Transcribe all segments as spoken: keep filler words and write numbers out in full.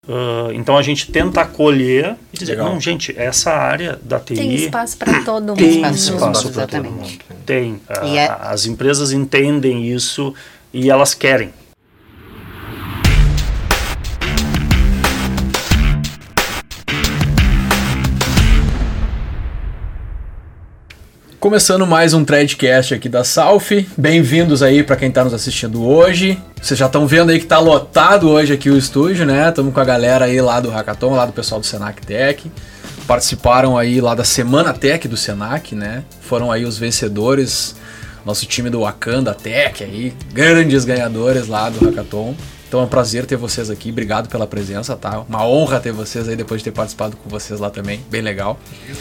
Uh, então a gente tenta acolher e dizer, Legal. não, gente, essa área da T I... Tem espaço para todo mundo. Tem espaço para todo mundo. Tem. Uh, é... As empresas entendem isso e elas querem. Começando mais um Threadcast aqui da Salf. Bem-vindos aí para quem está nos assistindo hoje. Vocês já estão vendo aí que está lotado hoje aqui o estúdio, né? Estamos com a galera aí lá do Hackathon, lá do pessoal do Senac Tech. Participaram aí lá da Semana Tech do Senac, né? Foram aí os vencedores, nosso time do Wakanda Tech aí, grandes ganhadores lá do Hackathon. Então é um prazer ter vocês aqui, obrigado pela presença, tá? Uma honra ter vocês aí depois de ter participado com vocês lá também, bem legal.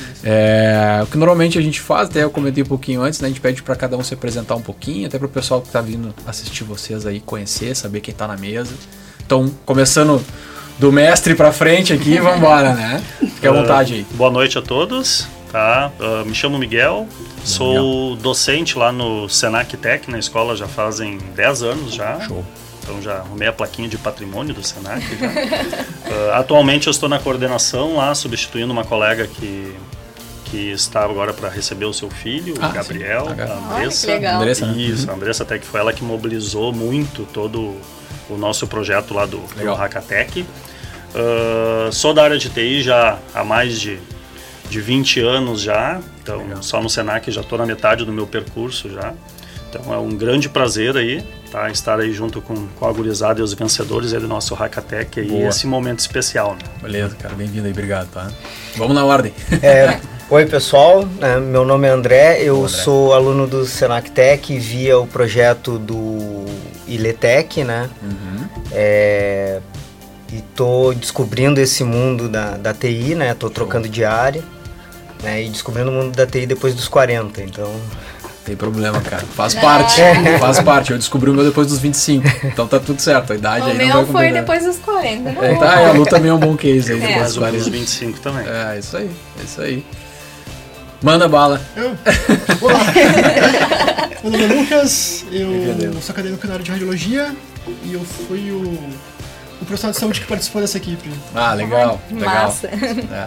É, o que normalmente a gente faz, até eu comentei um pouquinho antes, né? A gente pede para cada um se apresentar um pouquinho, até para o pessoal que tá vindo assistir vocês aí conhecer, saber quem tá na mesa. Então, começando do mestre para frente aqui, vamos embora, né? Fique à vontade aí. Uh, boa noite a todos, tá? Uh, me chamo Miguel, sou Miguel. docente lá no Senac Tech, na escola já fazem dez anos já. Show. Então já arrumei a plaquinha de patrimônio do Senac. Já. uh, atualmente eu estou na coordenação lá, substituindo uma colega que, que está agora para receber o seu filho, ah, o Gabriel, sim. a Andressa. Olha, que legal. Andressa, né? Isso, Uhum. a Andressa até que foi ela que mobilizou muito todo o nosso projeto lá do, do Hackatech. Uh, sou da área de T I já há mais de, de vinte anos já, então legal. Só no Senac já estou na metade do meu percurso já. Então é um grande prazer aí, tá, estar aí junto com, com a gurizada e os vencedores aí do nosso Hackatech e esse momento especial, né? Beleza, cara, bem-vindo aí, obrigado, tá? Vamos na ordem. É, oi pessoal, né, meu nome é André, eu Bom, André. sou aluno do Senac Tech via o projeto do Iletec, né? Uhum. É, e tô descobrindo esse mundo da, da T I, né? Tô trocando de área, né? E descobrindo o mundo da T I depois dos quarenta, então... Tem problema, cara. Faz parte. Faz parte. Eu descobri o meu depois dos vinte e cinco. Então tá tudo certo. A idade o aí não vai meu foi combinar. depois dos quarenta, não é, tá, a Lu também é um bom case aí. É. Depois dos quarenta. dos vinte e cinco também. É, isso aí. É isso aí. Manda bala. Eu? Olá. Meu nome é Lucas. Eu sou acadêmico na área de radiologia. E eu fui o, o profissional de saúde que participou dessa equipe. Ah, legal. Ai, legal. Massa. É.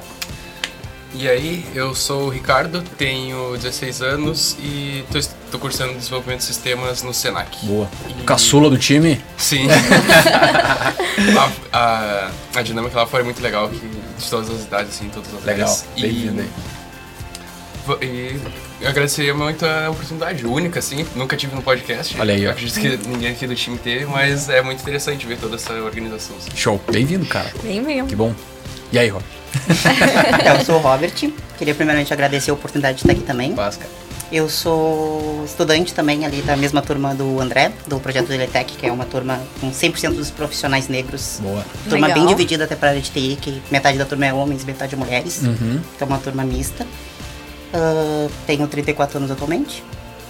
E aí, eu sou o Ricardo, tenho dezesseis anos e tô, tô cursando desenvolvimento de sistemas no Senac. Boa. E... Caçula do time? Sim. a, a, a dinâmica lá foi muito legal, que, de todas as idades, assim, todas as legal. áreas. Bem-vindo aí. E eu agradeceria muito a oportunidade, única, assim, nunca tive no podcast. Olha aí, ó. Acredito que ninguém aqui do time teve, mas é muito interessante ver toda essa organização. Assim. Show. Bem-vindo, cara. Bem-vindo. Que bom. E aí, Rô? Eu sou o Robert, queria primeiramente agradecer a oportunidade de estar aqui também. Basca. Eu sou estudante também ali da mesma turma do André, do projeto do Iletec, que é uma turma com cem por cento dos profissionais negros. Boa. Turma Legal. bem dividida até para a área de T I, que metade da turma é homens, metade é mulheres. Uhum. Então uma turma mista. Uh, tenho trinta e quatro anos atualmente.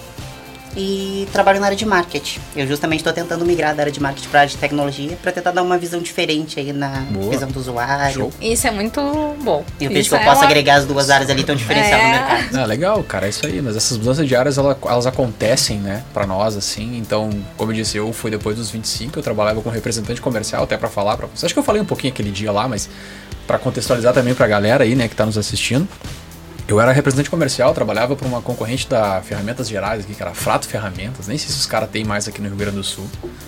E trabalho na área de marketing. Eu justamente estou tentando migrar da área de marketing para a área de tecnologia para tentar dar uma visão diferente aí na Boa. visão do usuário. Show. Isso é muito bom. E eu vejo isso que eu é posso uma... agregar as duas áreas ali tão diferenciadas é... no mercado. Ah, legal, cara, é isso aí. Mas essas mudanças de áreas, elas, elas acontecem, né, pra nós, assim. Então, como eu disse, eu fui depois dos vinte e cinco, eu trabalhava como representante comercial, até pra falar pra vocês. Acho que eu falei um pouquinho aquele dia lá, mas pra contextualizar também pra galera aí, né, que tá nos assistindo. Eu era representante comercial, trabalhava para uma concorrente da Ferramentas Gerais aqui, que era Frato Ferramentas, nem sei se os caras têm mais aqui no Rio Grande do Sul.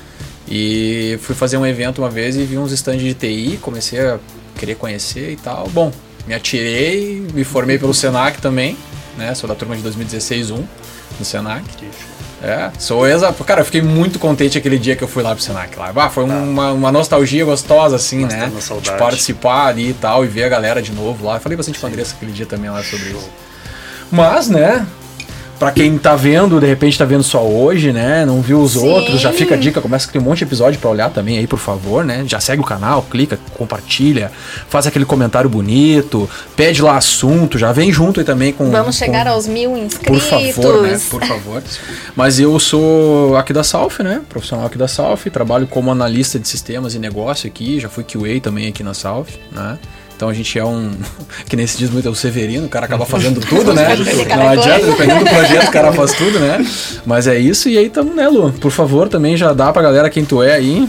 E fui fazer um evento uma vez e vi uns stands de T I, comecei a querer conhecer e tal. Bom, me atirei, me formei pelo Senac também, né? Sou da turma de dois mil e dezesseis um no Senac. É, sou exa... Cara, eu fiquei muito contente aquele dia que eu fui lá pro Senac lá. Ah, foi uma, uma nostalgia gostosa, assim, Bastante né? saudade. De participar ali e tal, e ver a galera de novo lá. Eu falei bastante com a Andressa aquele dia também lá sobre isso. Mas, né, pra quem tá vendo, de repente tá vendo só hoje, né, não viu os Sim. outros, já fica a dica, começa a ter um monte de episódio pra olhar também aí, por favor, né? Já segue o canal, clica, compartilha, faz aquele comentário bonito, pede lá assunto, já vem junto aí também com... Vamos chegar com... aos mil inscritos. Por favor, né? Por favor. Mas eu sou aqui da Salf, né? Profissional aqui da Salf, trabalho como analista de sistemas e negócio aqui, já fui Q A também aqui na Salf, né? Então a gente é um, que nem se diz muito, é o Severino, o cara acaba fazendo tudo, né? Não adianta, dependendo do projeto, o cara faz tudo, né? Mas é isso, e aí tamo, né, Lu? Por favor, também já dá pra galera quem tu é aí.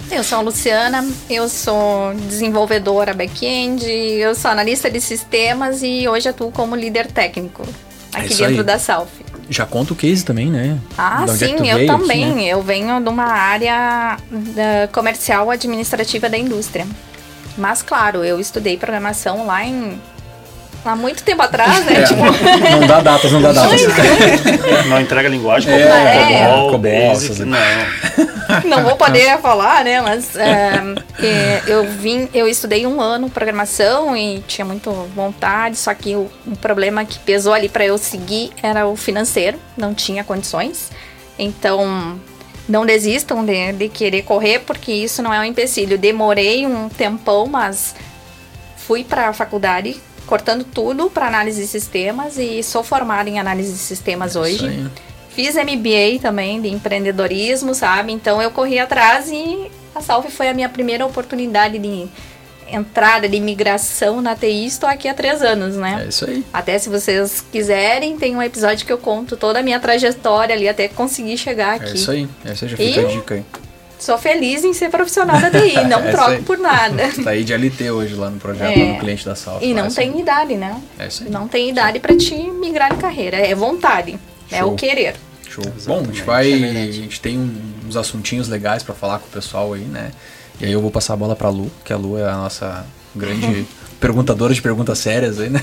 Eu sou a Luciana, eu sou desenvolvedora back-end, eu sou analista de sistemas e hoje atuo como líder técnico aqui isso dentro aí. da Salf. Já conta o case também, né? Ah, De onde é sim, que tu eu veio, também. assim, né? Eu venho de uma área da comercial administrativa da indústria. Mas, claro, eu estudei programação lá em... há muito tempo atrás, né? É, Tipo, não dá datas, não dá datas. Não entrega linguagem É, como é. COBOL, COBOL, Basic, essas- não. não vou poder falar, né? Mas é, é, eu vim, eu estudei um ano programação e tinha muito vontade, só que o, o problema que pesou ali para eu seguir era o financeiro, não tinha condições. Então, não desistam de, de querer correr, porque isso não é um empecilho. Demorei um tempão, mas fui para a faculdade cortando tudo para análise de sistemas e sou formada em análise de sistemas Isso hoje. aí. Fiz M B A também de empreendedorismo, sabe? Então eu corri atrás e a Salf foi a minha primeira oportunidade de entrada, de migração na T I. Estou aqui há três anos, né? É isso aí. Até se vocês quiserem, tem um episódio que eu conto toda a minha trajetória ali até conseguir chegar aqui. É isso aí. Essa já fica E- a dica aí. Sou feliz em ser profissional da T I, não É isso troco aí. por nada. Tá aí de L T hoje lá no projeto, É. lá no cliente da Salf. E lá, não isso tem aí. idade, né? É isso aí. Não tem idade para te migrar de carreira, é vontade, é Show. o querer. Show. Bom, a Exatamente, gente vai. é verdade. a gente tem um- uns assuntinhos legais pra falar com o pessoal aí, né? E aí eu vou passar a bola pra Lu, que a Lu é a nossa grande perguntadora de perguntas sérias aí, né?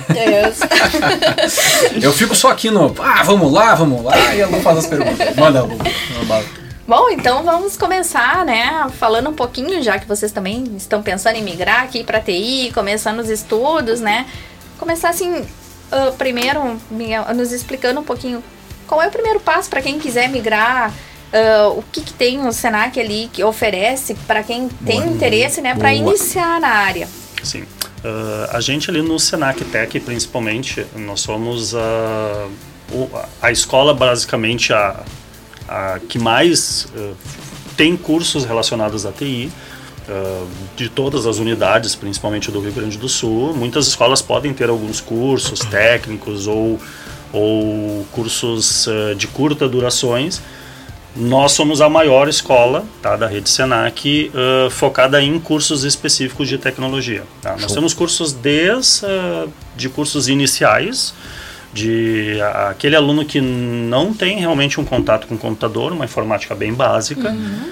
Eu fico só aqui no. Ah, vamos lá, vamos lá, e a Lu faz as perguntas. Manda, Lu. Manda bala. Bom, então vamos começar, né, falando um pouquinho, já que vocês também estão pensando em migrar aqui para T I, começando os estudos, né? Começar assim, ah, primeiro, Miguel, nos explicando um pouquinho qual é o primeiro passo para quem quiser migrar, ah, o que, que tem o Senac ali que oferece para quem tem Boa. interesse, né, para Boa. iniciar na área. Sim. Uh, a gente ali no Senac Tech, principalmente, nós somos a, o- a escola basicamente a, a que mais uh, tem cursos relacionados à T I, uh, de todas as unidades, principalmente do Rio Grande do Sul. Muitas escolas podem ter alguns cursos técnicos ou, ou cursos uh, de curta durações. Nós somos a maior escola, tá, da rede Senac, uh, focada em cursos específicos de tecnologia. Tá? Nós Show. temos cursos desde uh, de cursos iniciais, de uh, aquele aluno que não tem realmente um contato com o computador, uma informática bem básica,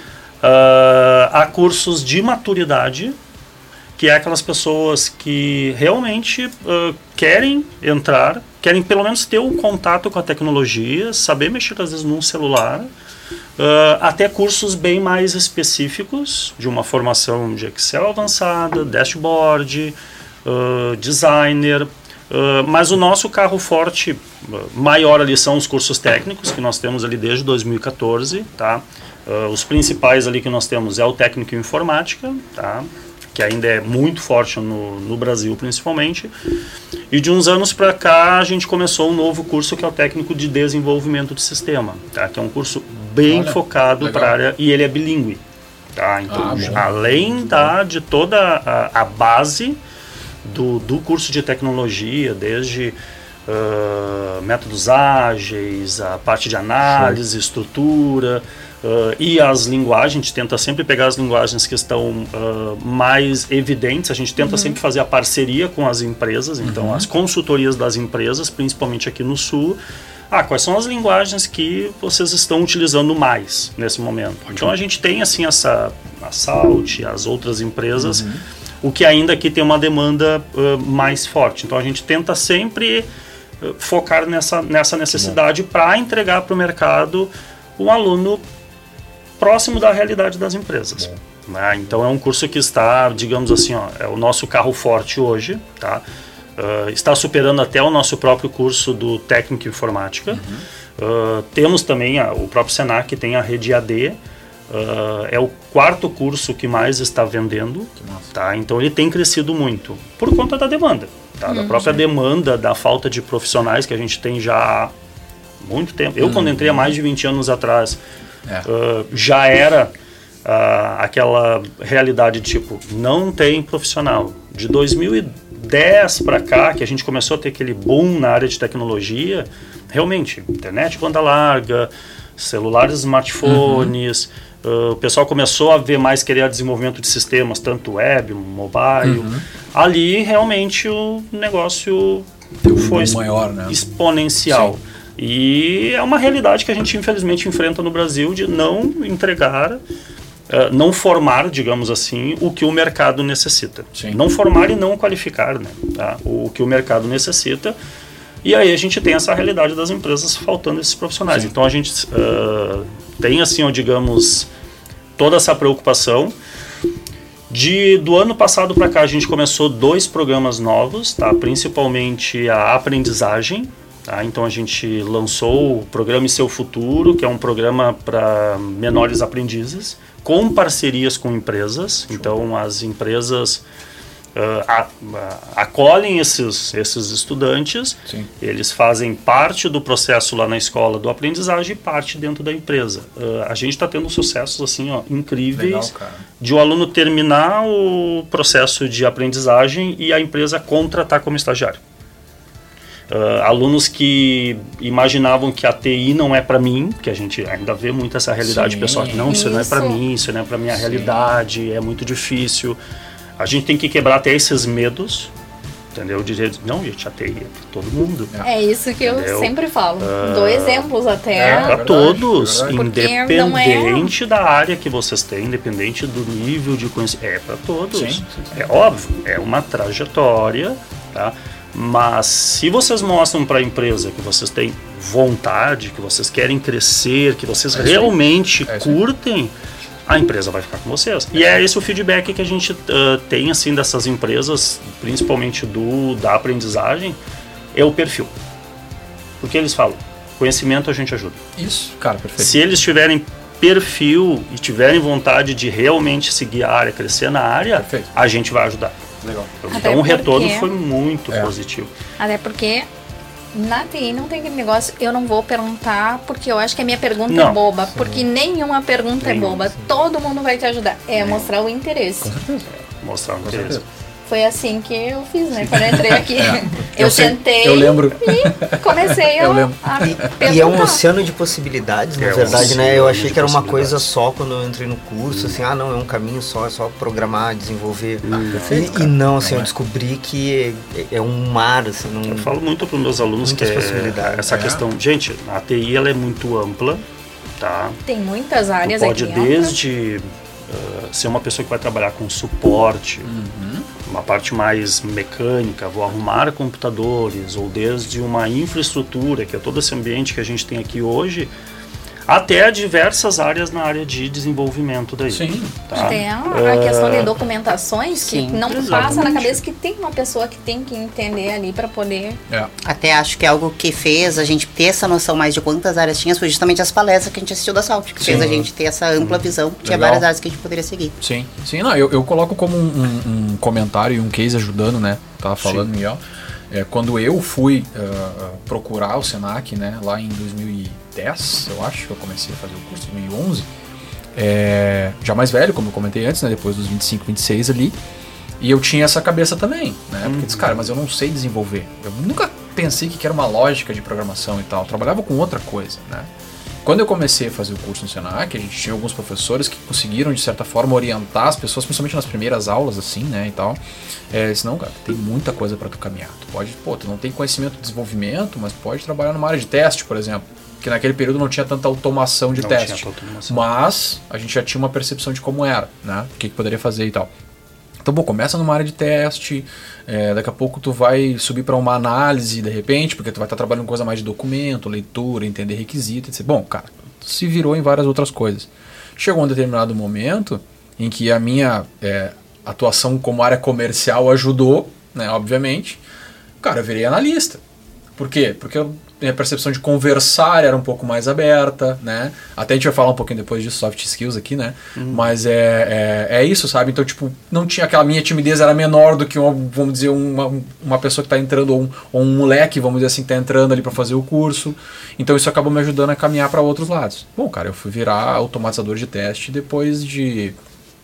uh, há cursos de maturidade, que é aquelas pessoas que realmente uh, querem entrar, querem pelo menos ter um contato com a tecnologia, saber mexer às vezes num celular, Uh, até cursos bem mais específicos, de uma formação de Excel avançada, dashboard, uh, designer, uh, mas o nosso carro forte uh, maior ali são os cursos técnicos, que nós temos ali desde dois mil e quatorze, tá? Uh, os principais ali que nós temos é o técnico em informática, tá? Que ainda é muito forte no, no Brasil principalmente, e de uns anos para cá a gente começou um novo curso que é o técnico de desenvolvimento de sistema, tá? Que é um curso bem Olha, focado legal. para a área, e ele é bilíngue, tá? Então, Ah, bom. além da, de toda a, a base do, do curso de tecnologia, desde uh, métodos ágeis, a parte de análise, estrutura, Uh, e as linguagens, a gente tenta sempre pegar as linguagens que estão uh, mais evidentes, a gente tenta sempre fazer a parceria com as empresas, então as consultorias das empresas, principalmente aqui no Sul. Ah, quais são as linguagens que vocês estão utilizando mais nesse momento? Então a gente tem assim essa, a Salt, as outras empresas, o que ainda aqui tem uma demanda uh, mais forte. Então a gente tenta sempre uh, focar nessa, nessa necessidade para entregar para o mercado um aluno próximo da realidade das empresas. Né? Então é um curso que está, digamos assim, ó, é o nosso carro forte hoje, tá? Uh, está superando até o nosso próprio curso do técnico em informática. Uhum. Uh, temos também a, o próprio Senac, que tem a rede A D, uh, é o quarto curso que mais está vendendo, tá? Então ele tem crescido muito por conta da demanda, tá? Uhum. Da própria demanda, da falta de profissionais que a gente tem já há muito tempo. Eu, uhum. quando entrei há mais de vinte anos atrás, É. Uh, já era uh, aquela realidade tipo, não tem profissional. De dois mil e dez para cá, que a gente começou a ter aquele boom na área de tecnologia, realmente, internet banda larga, celulares, smartphones, Uh, o pessoal começou a ver mais querer desenvolvimento de sistemas, tanto web, mobile. Uhum. Ali, realmente, o negócio Tem um foi maior, né? exponencial. Sim. E é uma realidade que a gente, infelizmente, enfrenta no Brasil de não entregar, uh, não formar, digamos assim, o que o mercado necessita. Sim. Não formar e não qualificar, né? Tá? O, o que o mercado necessita. E aí a gente tem essa realidade das empresas faltando esses profissionais. Sim. Então a gente uh, tem, assim, ó, digamos, toda essa preocupação. De, do ano passado para cá a gente começou dois programas novos, tá? Principalmente a aprendizagem. Tá? Então a gente lançou o programa E Seu Futuro, que é um programa para menores aprendizes, com parcerias com empresas. Então as empresas Uh, a, a, acolhem esses, esses estudantes. Sim. Eles fazem parte do processo lá na escola do aprendizagem e parte dentro da empresa. Uh, a gente está tendo sucessos assim, ó, incríveis. Legal, de o aluno terminar o processo de aprendizagem e a empresa contratar como estagiário. Uh, alunos que imaginavam que a T I não é para mim, que a gente ainda vê muito essa realidade. Sim. Pessoal, não, isso, isso não é para mim, isso não é para minha Sim. realidade, é muito difícil. A gente tem que quebrar até esses medos, entendeu? Dizer, não, gente, a T I é para todo mundo. É isso que entendeu? Eu sempre falo. Uh, Dou exemplos até. É para todos, é independente é... da área que vocês têm, independente do nível de conhecimento. É para todos. Sim, sim, sim. É óbvio, é uma trajetória, tá? Mas se vocês mostram para a empresa que vocês têm vontade, que vocês querem crescer, que vocês é realmente é curtem, a empresa vai ficar com vocês. E é esse o feedback que a gente uh, tem assim dessas empresas, principalmente do da aprendizagem, é o perfil. Porque eles falam, conhecimento a gente ajuda. Isso, cara, perfeito. Se eles tiverem perfil e tiverem vontade de realmente seguir a área, crescer na área, perfeito. A gente vai ajudar. Legal. Então Até o retorno foi muito é. positivo. Até porque na T I não tem aquele negócio, eu não vou perguntar porque eu acho que a minha pergunta não. é boba. Sim. Porque nenhuma pergunta Nenhum, é boba. Sim. Todo mundo vai te ajudar. É Nenhum. mostrar o interesse. Com certeza. Mostrar o Com interesse. Certeza. Foi assim que eu fiz, né? Quando eu entrei aqui, é. eu, eu tentei eu lembro. e comecei a, eu lembro. a E é um oceano de possibilidades, na é verdade, um né? Eu achei que era uma coisa só quando eu entrei no curso, hum. assim, ah, não, é um caminho só, é só programar, desenvolver. Hum. Perfeito, e, e não, assim, não eu é. descobri que é, é um mar, assim. Não... Eu falo muito para os meus alunos que é essa é. questão. Gente, a T I ela é muito ampla, tá? Tem muitas áreas tu pode aqui. Pode desde uh, ser uma pessoa que vai trabalhar com suporte, uhum. uma parte mais mecânica, vou arrumar computadores, ou desde uma infraestrutura, que é todo esse ambiente que a gente tem aqui hoje, até diversas áreas na área de desenvolvimento daí. Sim. Tá? Tem a, a questão de documentações Sim, que não exatamente. passa na cabeça que tem uma pessoa que tem que entender ali para poder... É. Até acho que é algo que fez a gente ter essa noção mais de quantas áreas tinha, foi justamente as palestras que a gente assistiu da Salt, que Sim. fez a gente ter essa ampla visão, Legal. tinha várias áreas que a gente poderia seguir. Sim, Sim não, eu, eu coloco como um, um, um comentário e um case ajudando, né? Tava falando, Sim. Miguel. É, quando eu fui uh, procurar o Senac, né, lá em dois mil e dez, eu acho que eu comecei a fazer o curso, dois mil e onze, é, já mais velho, como eu comentei antes, né, depois dos vinte e cinco, vinte e seis ali, e eu tinha essa cabeça também, né, porque uhum. disse, cara, mas eu não sei desenvolver. Eu nunca pensei que era uma lógica de programação e tal, eu trabalhava com outra coisa, né. Quando eu comecei a fazer o curso no Senac, a gente tinha alguns professores que conseguiram, de certa forma, orientar as pessoas, principalmente nas primeiras aulas, assim, né, e tal. É, disse, não, cara, tem muita coisa para tu caminhar. Tu pode, pô, tu não tem conhecimento de desenvolvimento, mas pode trabalhar numa área de teste, por exemplo. Porque naquele período não tinha tanta automação de não teste. Automação. Mas a gente já tinha uma percepção de como era, né, o que, que poderia fazer e tal. Então, bom, começa numa área de teste, é, daqui a pouco tu vai subir para uma análise, de repente, porque tu vai estar trabalhando com coisa mais de documento, leitura, entender requisito, etcétera. Bom, cara, tu se virou em várias outras coisas. Chegou um determinado momento em que a minha é, atuação como área comercial ajudou, né, obviamente. Cara, eu virei analista. Por quê? Porque eu, minha percepção de conversar era um pouco mais aberta, né? Até a gente vai falar um pouquinho depois de soft skills aqui, né? Uhum. Mas é, é, é isso, sabe? Então, tipo, não tinha aquela minha timidez, era menor do que, uma, vamos dizer, uma, uma pessoa que está entrando, ou um, ou um moleque, vamos dizer assim, que está entrando ali para fazer o curso. Então, isso acabou me ajudando a caminhar para outros lados. Bom, cara, eu fui virar automatizador de teste depois de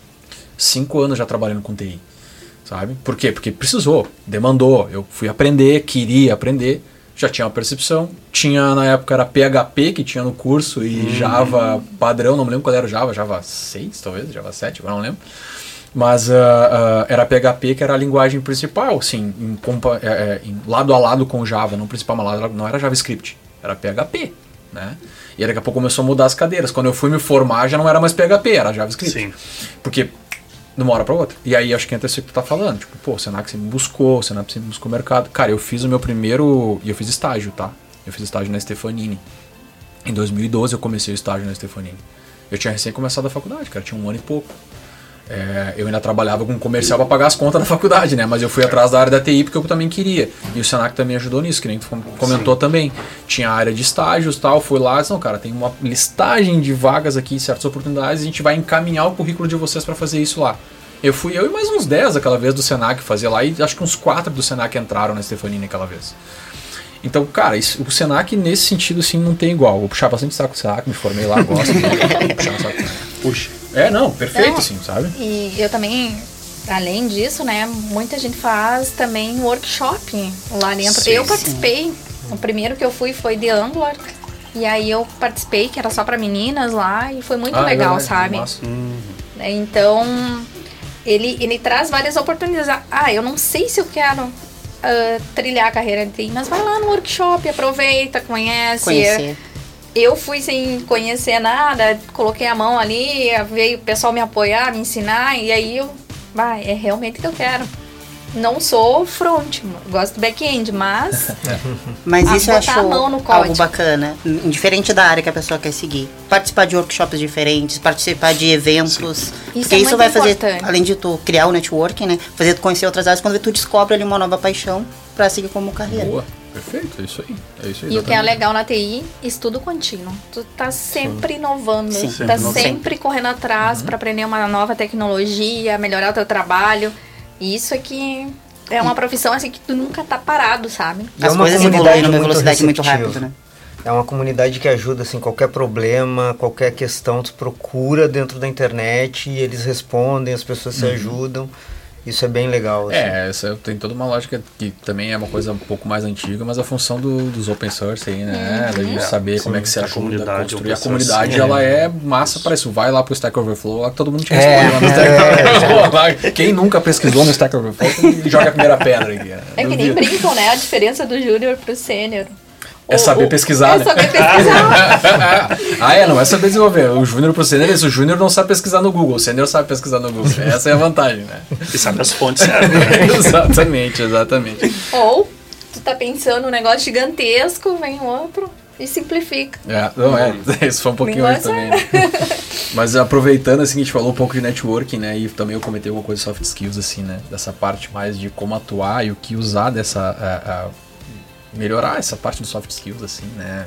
cinco anos já trabalhando com T I, sabe? Por quê? Porque precisou, demandou, eu fui aprender, queria aprender. já tinha uma percepção. Tinha, na época, era P H P que tinha no curso e hum. Java padrão, não me lembro qual era o Java, Java seis talvez, Java sete, agora não lembro. Mas uh, uh, era P H P que era a linguagem principal, assim, em, compa- é, em, lado a lado com Java, não principal, mas não era JavaScript, era P H P, né? E daqui a pouco começou a mudar as cadeiras. Quando eu fui me formar já não era mais P H P, era JavaScript. Sim. Porque de uma hora para outra. E aí acho que entra isso que tu tá falando, tipo, pô, o Senac você me buscou, o Senac você me buscou o mercado. Cara, eu fiz o meu primeiro, e eu fiz estágio, tá? Eu fiz estágio na Stefanini. Em dois mil e doze eu comecei o estágio na Stefanini. Eu tinha recém começado a faculdade, cara, tinha um ano e pouco. É, eu ainda trabalhava com comercial para pagar as contas da faculdade, né? Mas eu fui atrás da área da T I porque eu também queria. E o Senac também ajudou nisso, que nem tu comentou Sim. também. Tinha a área de estágios e tal, fui lá e disse, não, cara, tem uma listagem de vagas aqui, certas oportunidades, e a gente vai encaminhar o currículo de vocês para fazer isso lá. Eu fui eu e mais uns dez aquela vez do Senac fazer lá, e acho que uns quatro do Senac entraram na Stefanini aquela vez. Então, cara, isso, o Senac nesse sentido assim não tem igual. Vou puxar bastante saco do Senac, me formei lá, gosto de puxar saco. Puxa. É, não, perfeito, não, assim, sabe? E eu também, além disso, né, muita gente faz também workshop lá dentro. Sim, eu participei, sim. O primeiro que eu fui foi de Angular, e aí eu participei, que era só pra meninas lá, e foi muito ah, legal, é, sabe? Uhum. Então, ele, ele traz várias oportunidades. Ah, eu não sei se eu quero uh, trilhar a carreira de T I, mas vai lá no workshop, aproveita, conhece. Conhecer. Eu fui sem conhecer nada, coloquei a mão ali, veio o pessoal me apoiar, me ensinar, e aí eu, vai, é realmente o que eu quero. Não sou front, gosto do back-end, mas... Mas isso eu acho algo bacana, diferente da área que a pessoa quer seguir. Participar de workshops diferentes, participar de eventos, Sim. porque isso, é isso vai fazer, importante. Além de tu criar o networking, né, fazer tu conhecer outras áreas, quando tu descobre ali uma nova paixão pra seguir como carreira. Boa. Perfeito, é isso aí. É isso aí, e o que é legal na T I, estudo contínuo. Tu tá sempre Sim. inovando, Sim. tu tá sempre, sempre correndo atrás uhum. para aprender uma nova tecnologia, melhorar o teu trabalho. E isso aqui é uma profissão assim que tu nunca tá parado, sabe? E As é uma coisas evoluem numa velocidade muito rápida, né? É uma comunidade que ajuda, assim, qualquer problema, qualquer questão, tu procura dentro da internet e eles respondem, as pessoas uhum. se ajudam. Isso é bem legal. Assim. É, essa tem toda uma lógica que também é uma coisa um pouco mais antiga, mas a função do, dos open source aí, né? Uhum. Da gente saber Sim, como é que se ajuda a construir. A comunidade, Sim, ela é massa para isso. Vai lá pro Stack Overflow, lá que todo mundo te responde é, lá no Stack Overflow. É. Quem nunca pesquisou no Stack Overflow, joga a primeira pedra aqui. É que nem brincam, né? A diferença do júnior pro sênior. É saber ou, pesquisar, é né? saber pesquisar. Ah, é, não é saber desenvolver. O júnior pro sênior, o júnior não sabe pesquisar no Google, o sênior sabe pesquisar no Google. Essa é a vantagem, né? E sabe as fontes certas. Exatamente, exatamente. Ou tu tá pensando um negócio gigantesco, vem outro e simplifica. É, não é, isso foi um pouquinho hoje também, né? Mas aproveitando, assim, a gente falou um pouco de networking, né? E também eu comentei alguma coisa de soft skills, assim, né? Dessa parte mais de como atuar e o que usar dessa... A, a, melhorar essa parte dos soft skills, assim, né?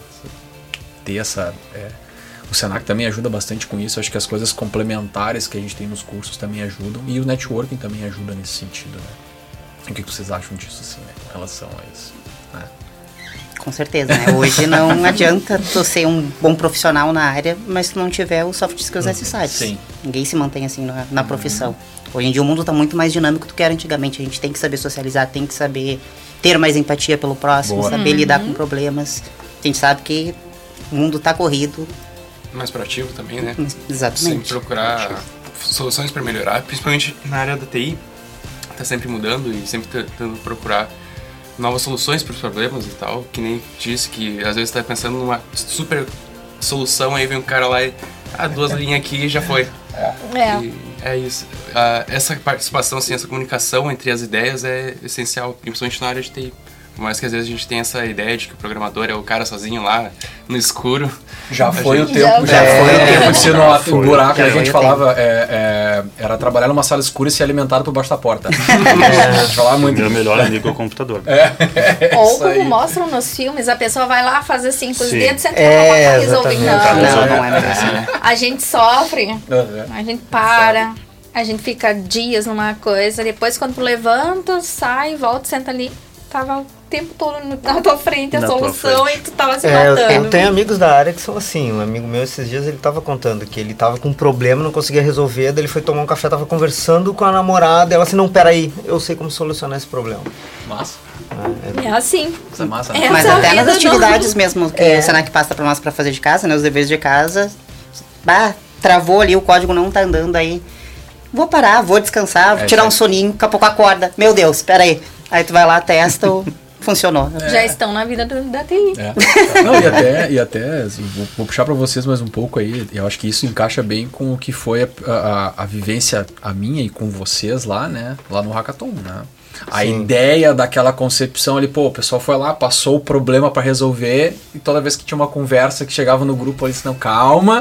Ter essa... É... O Senac também ajuda bastante com isso. Acho que as coisas complementares que a gente tem nos cursos também ajudam. E o networking também ajuda nesse sentido, né? O que vocês acham disso, assim, né? Com relação a isso, né? Com certeza, né? Hoje não adianta tu ser um bom profissional na área, mas tu não tiver os soft skills necessários. Sim. Ninguém se mantém assim na, na profissão. Uhum. Hoje em dia o mundo está muito mais dinâmico do que era antigamente. A gente tem que saber socializar, tem que saber ter mais empatia pelo próximo, Boa. saber uhum. lidar com problemas. A gente sabe que o mundo está corrido. Mais proativo também, né? Exatamente. Sempre procurar soluções para melhorar, principalmente na área da T I. Tá sempre mudando e sempre tentando procurar novas soluções para os problemas e tal. Que nem disse que às vezes tá pensando numa super solução, aí vem um cara lá e ah, duas linhas aqui e já foi. É. E é isso. Uh, essa participação, assim, essa comunicação entre as ideias é essencial, principalmente na área de T I. Por mais que às vezes a gente tenha essa ideia de que o programador é o cara sozinho lá no escuro. Já foi gente... o tempo, já, já foi é, o tempo de ser no buraco que a gente falava, é, é, era trabalhar numa sala escura e ser alimentado por baixo da porta. É, a gente falava muito. Meu melhor amigo é o computador. É, é Ou como aí. mostram nos filmes, a pessoa vai lá fazer assim com os Sim. dedos, senta é, pra resolver. Não, não, não é mais assim, né? A gente sofre, a gente para, a gente fica dias numa coisa, depois quando tu levanta, sai, volta, senta ali, tava o tempo todo na tua frente a na solução frente. E tu tava se é, matando. Eu tenho amigos da área que são assim. Um amigo meu esses dias ele tava contando que ele tava com um problema, não conseguia resolver, daí ele foi tomar um café, tava conversando com a namorada, ela assim, não, peraí, eu sei como solucionar esse problema. Massa. É assim. Isso é massa, É. né? Mas Essa até nas vida atividades mesmo que É. o Senac passa pra nós pra fazer de casa, né? Os deveres de casa. Bah, travou ali, o código não tá andando aí. Vou parar, vou descansar, vou É, tirar já- um soninho, daqui a pouco acorda. Meu Deus, espera aí. Aí tu vai lá, testa, o- funcionou. Já estão na vida do, da T I. É. Não, e até, e até assim, vou, vou puxar para vocês mais um pouco aí. Eu acho que isso encaixa bem com o que foi a, a, a vivência, a minha e com vocês lá, né? Lá no Hackathon, né? A Sim. ideia daquela concepção ali, pô, o pessoal foi lá, passou o problema para resolver, e toda vez que tinha uma conversa que chegava no grupo, eles não, calma,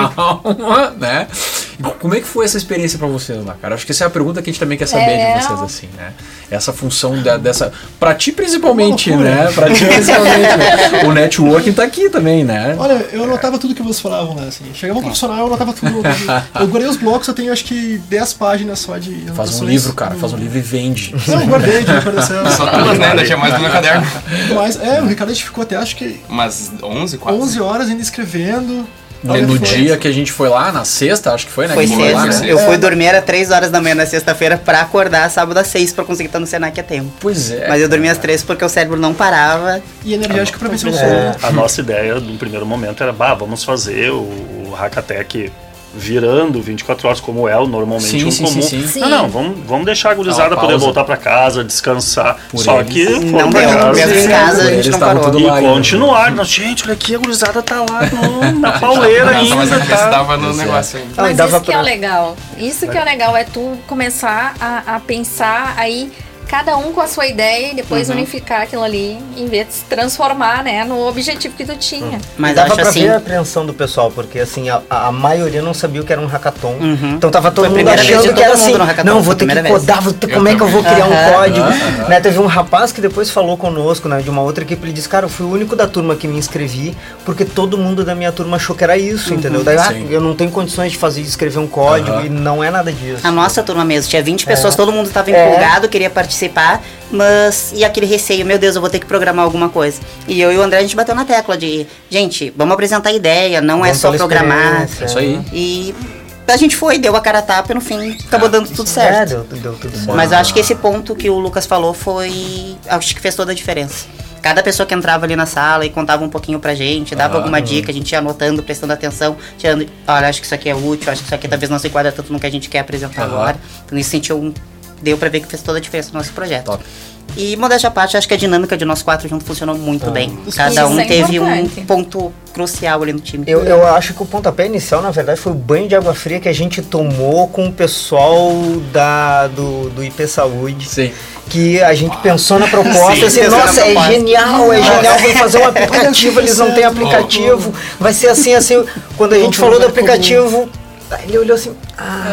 calma, né? E como é que foi essa experiência para vocês lá, cara? Acho que essa é a pergunta que a gente também quer saber É. de vocês, assim, né? Essa função da, dessa. Pra ti principalmente, Uma loucura. né? Pra ti principalmente. Né? O networking tá aqui também, né? Olha, eu anotava tudo que vocês falavam lá, assim. Chegava um profissional, eu anotava tudo. Eu guardei os blocos, eu tenho acho que dez páginas só de Faz um anotações livro, cara, do- faz um livro e vende. Não, eu guardei de recordação. Só duas, né? Ainda tinha mais do meu caderno. Mas, é, o Ricardo a gente ficou até acho que Umas onze, quase. onze horas ainda escrevendo. No, Olha, no foi- dia que a gente foi lá, na sexta, acho que foi, né? Foi que a gente sexta. lá, né? sexta. Eu fui É. dormir às três horas da manhã na sexta-feira pra acordar sábado às seis pra conseguir estar no Senac a tempo. Pois é. Mas eu dormi às três porque o cérebro não parava. E energético pra vencer o É. sono. A nossa ideia no primeiro momento era, bah, vamos fazer o, o Hackatech virando vinte e quatro horas como é o normalmente Sim, um sim, comum. sim, sim. Não, não, vamos, vamos deixar a gurizada Dá uma poder pausa. voltar pra casa, descansar. Por Só eles. que Não foram pra deu, casa mesmo em e- casa a Eles gente não estavam parou. tudo e lá ainda. continuar. Nós, gente, olha aqui, a gurizada tá lá no, na pauleira Nossa, mas a ainda. cabeça Tá? tava no Pois é. negócio ainda. Ah, e Mas dava isso que é pra- o legal. Isso que é o legal, é tu começar a, a pensar aí, cada um com a sua ideia e depois Uhum. unificar aquilo ali, em vez de se transformar, né, no objetivo que tu tinha. Mas E eu dava acho pra assim. ver a apreensão do pessoal, porque assim, a, a maioria não sabia o que era um hackathon. Uhum. Então tava todo Foi a mundo primeira vez achando de que era todo mundo assim, no hackathon, não, foi vou a ter que primeira vez. codar, vou ter, Eu como é que eu vou também. criar um Aham. código? Aham. Né, teve um rapaz que depois falou conosco, né, de uma outra equipe, ele disse, cara, eu fui o único da turma que me inscrevi, porque todo mundo da minha turma achou que era isso, entendeu? Daí, ah, Sim. eu não tenho condições de fazer, de escrever um código, Aham. e não é nada disso. A nossa turma mesmo, tinha vinte pessoas, todo mundo estava É. empolgado, queria participar, mas e aquele receio, meu Deus, eu vou ter que programar alguma coisa. E eu e o André, a gente bateu na tecla de, gente, vamos apresentar a ideia, não é Vamos só pela programar. experiência. É isso aí. E a gente foi, deu a cara a tapa e no fim acabou dando tudo É, certo. deu, deu tudo certo. Mas eu acho que esse ponto que o Lucas falou foi. Acho que fez toda a diferença. Cada pessoa que entrava ali na sala e contava um pouquinho pra gente, dava Ah, alguma hum. dica, a gente ia anotando, prestando atenção, tirando. Olha, acho que isso aqui é útil, acho que isso aqui talvez não se enquadra tanto no que a gente quer apresentar Aham. agora. Então isso sentiu um. Deu pra ver que fez toda a diferença no nosso projeto. Top. E modéstia à parte, acho que a dinâmica de nós quatro juntos funcionou muito bem. Isso Cada um é teve um importante. ponto crucial ali no time. Eu, eu acho que o pontapé inicial, na verdade, foi o banho de água fria que a gente tomou com o pessoal da, do, do I P Saúde. Sim. Que a gente pensou na proposta, Sim, assim, pensou na nossa, é proposta. genial, é genial, vamos fazer um aplicativo, eles não têm aplicativo, vai ser assim, assim. Quando a gente falou do aplicativo, aí ele olhou assim,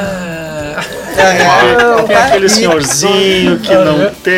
ah, não, Tem aquele senhorzinho que não tem.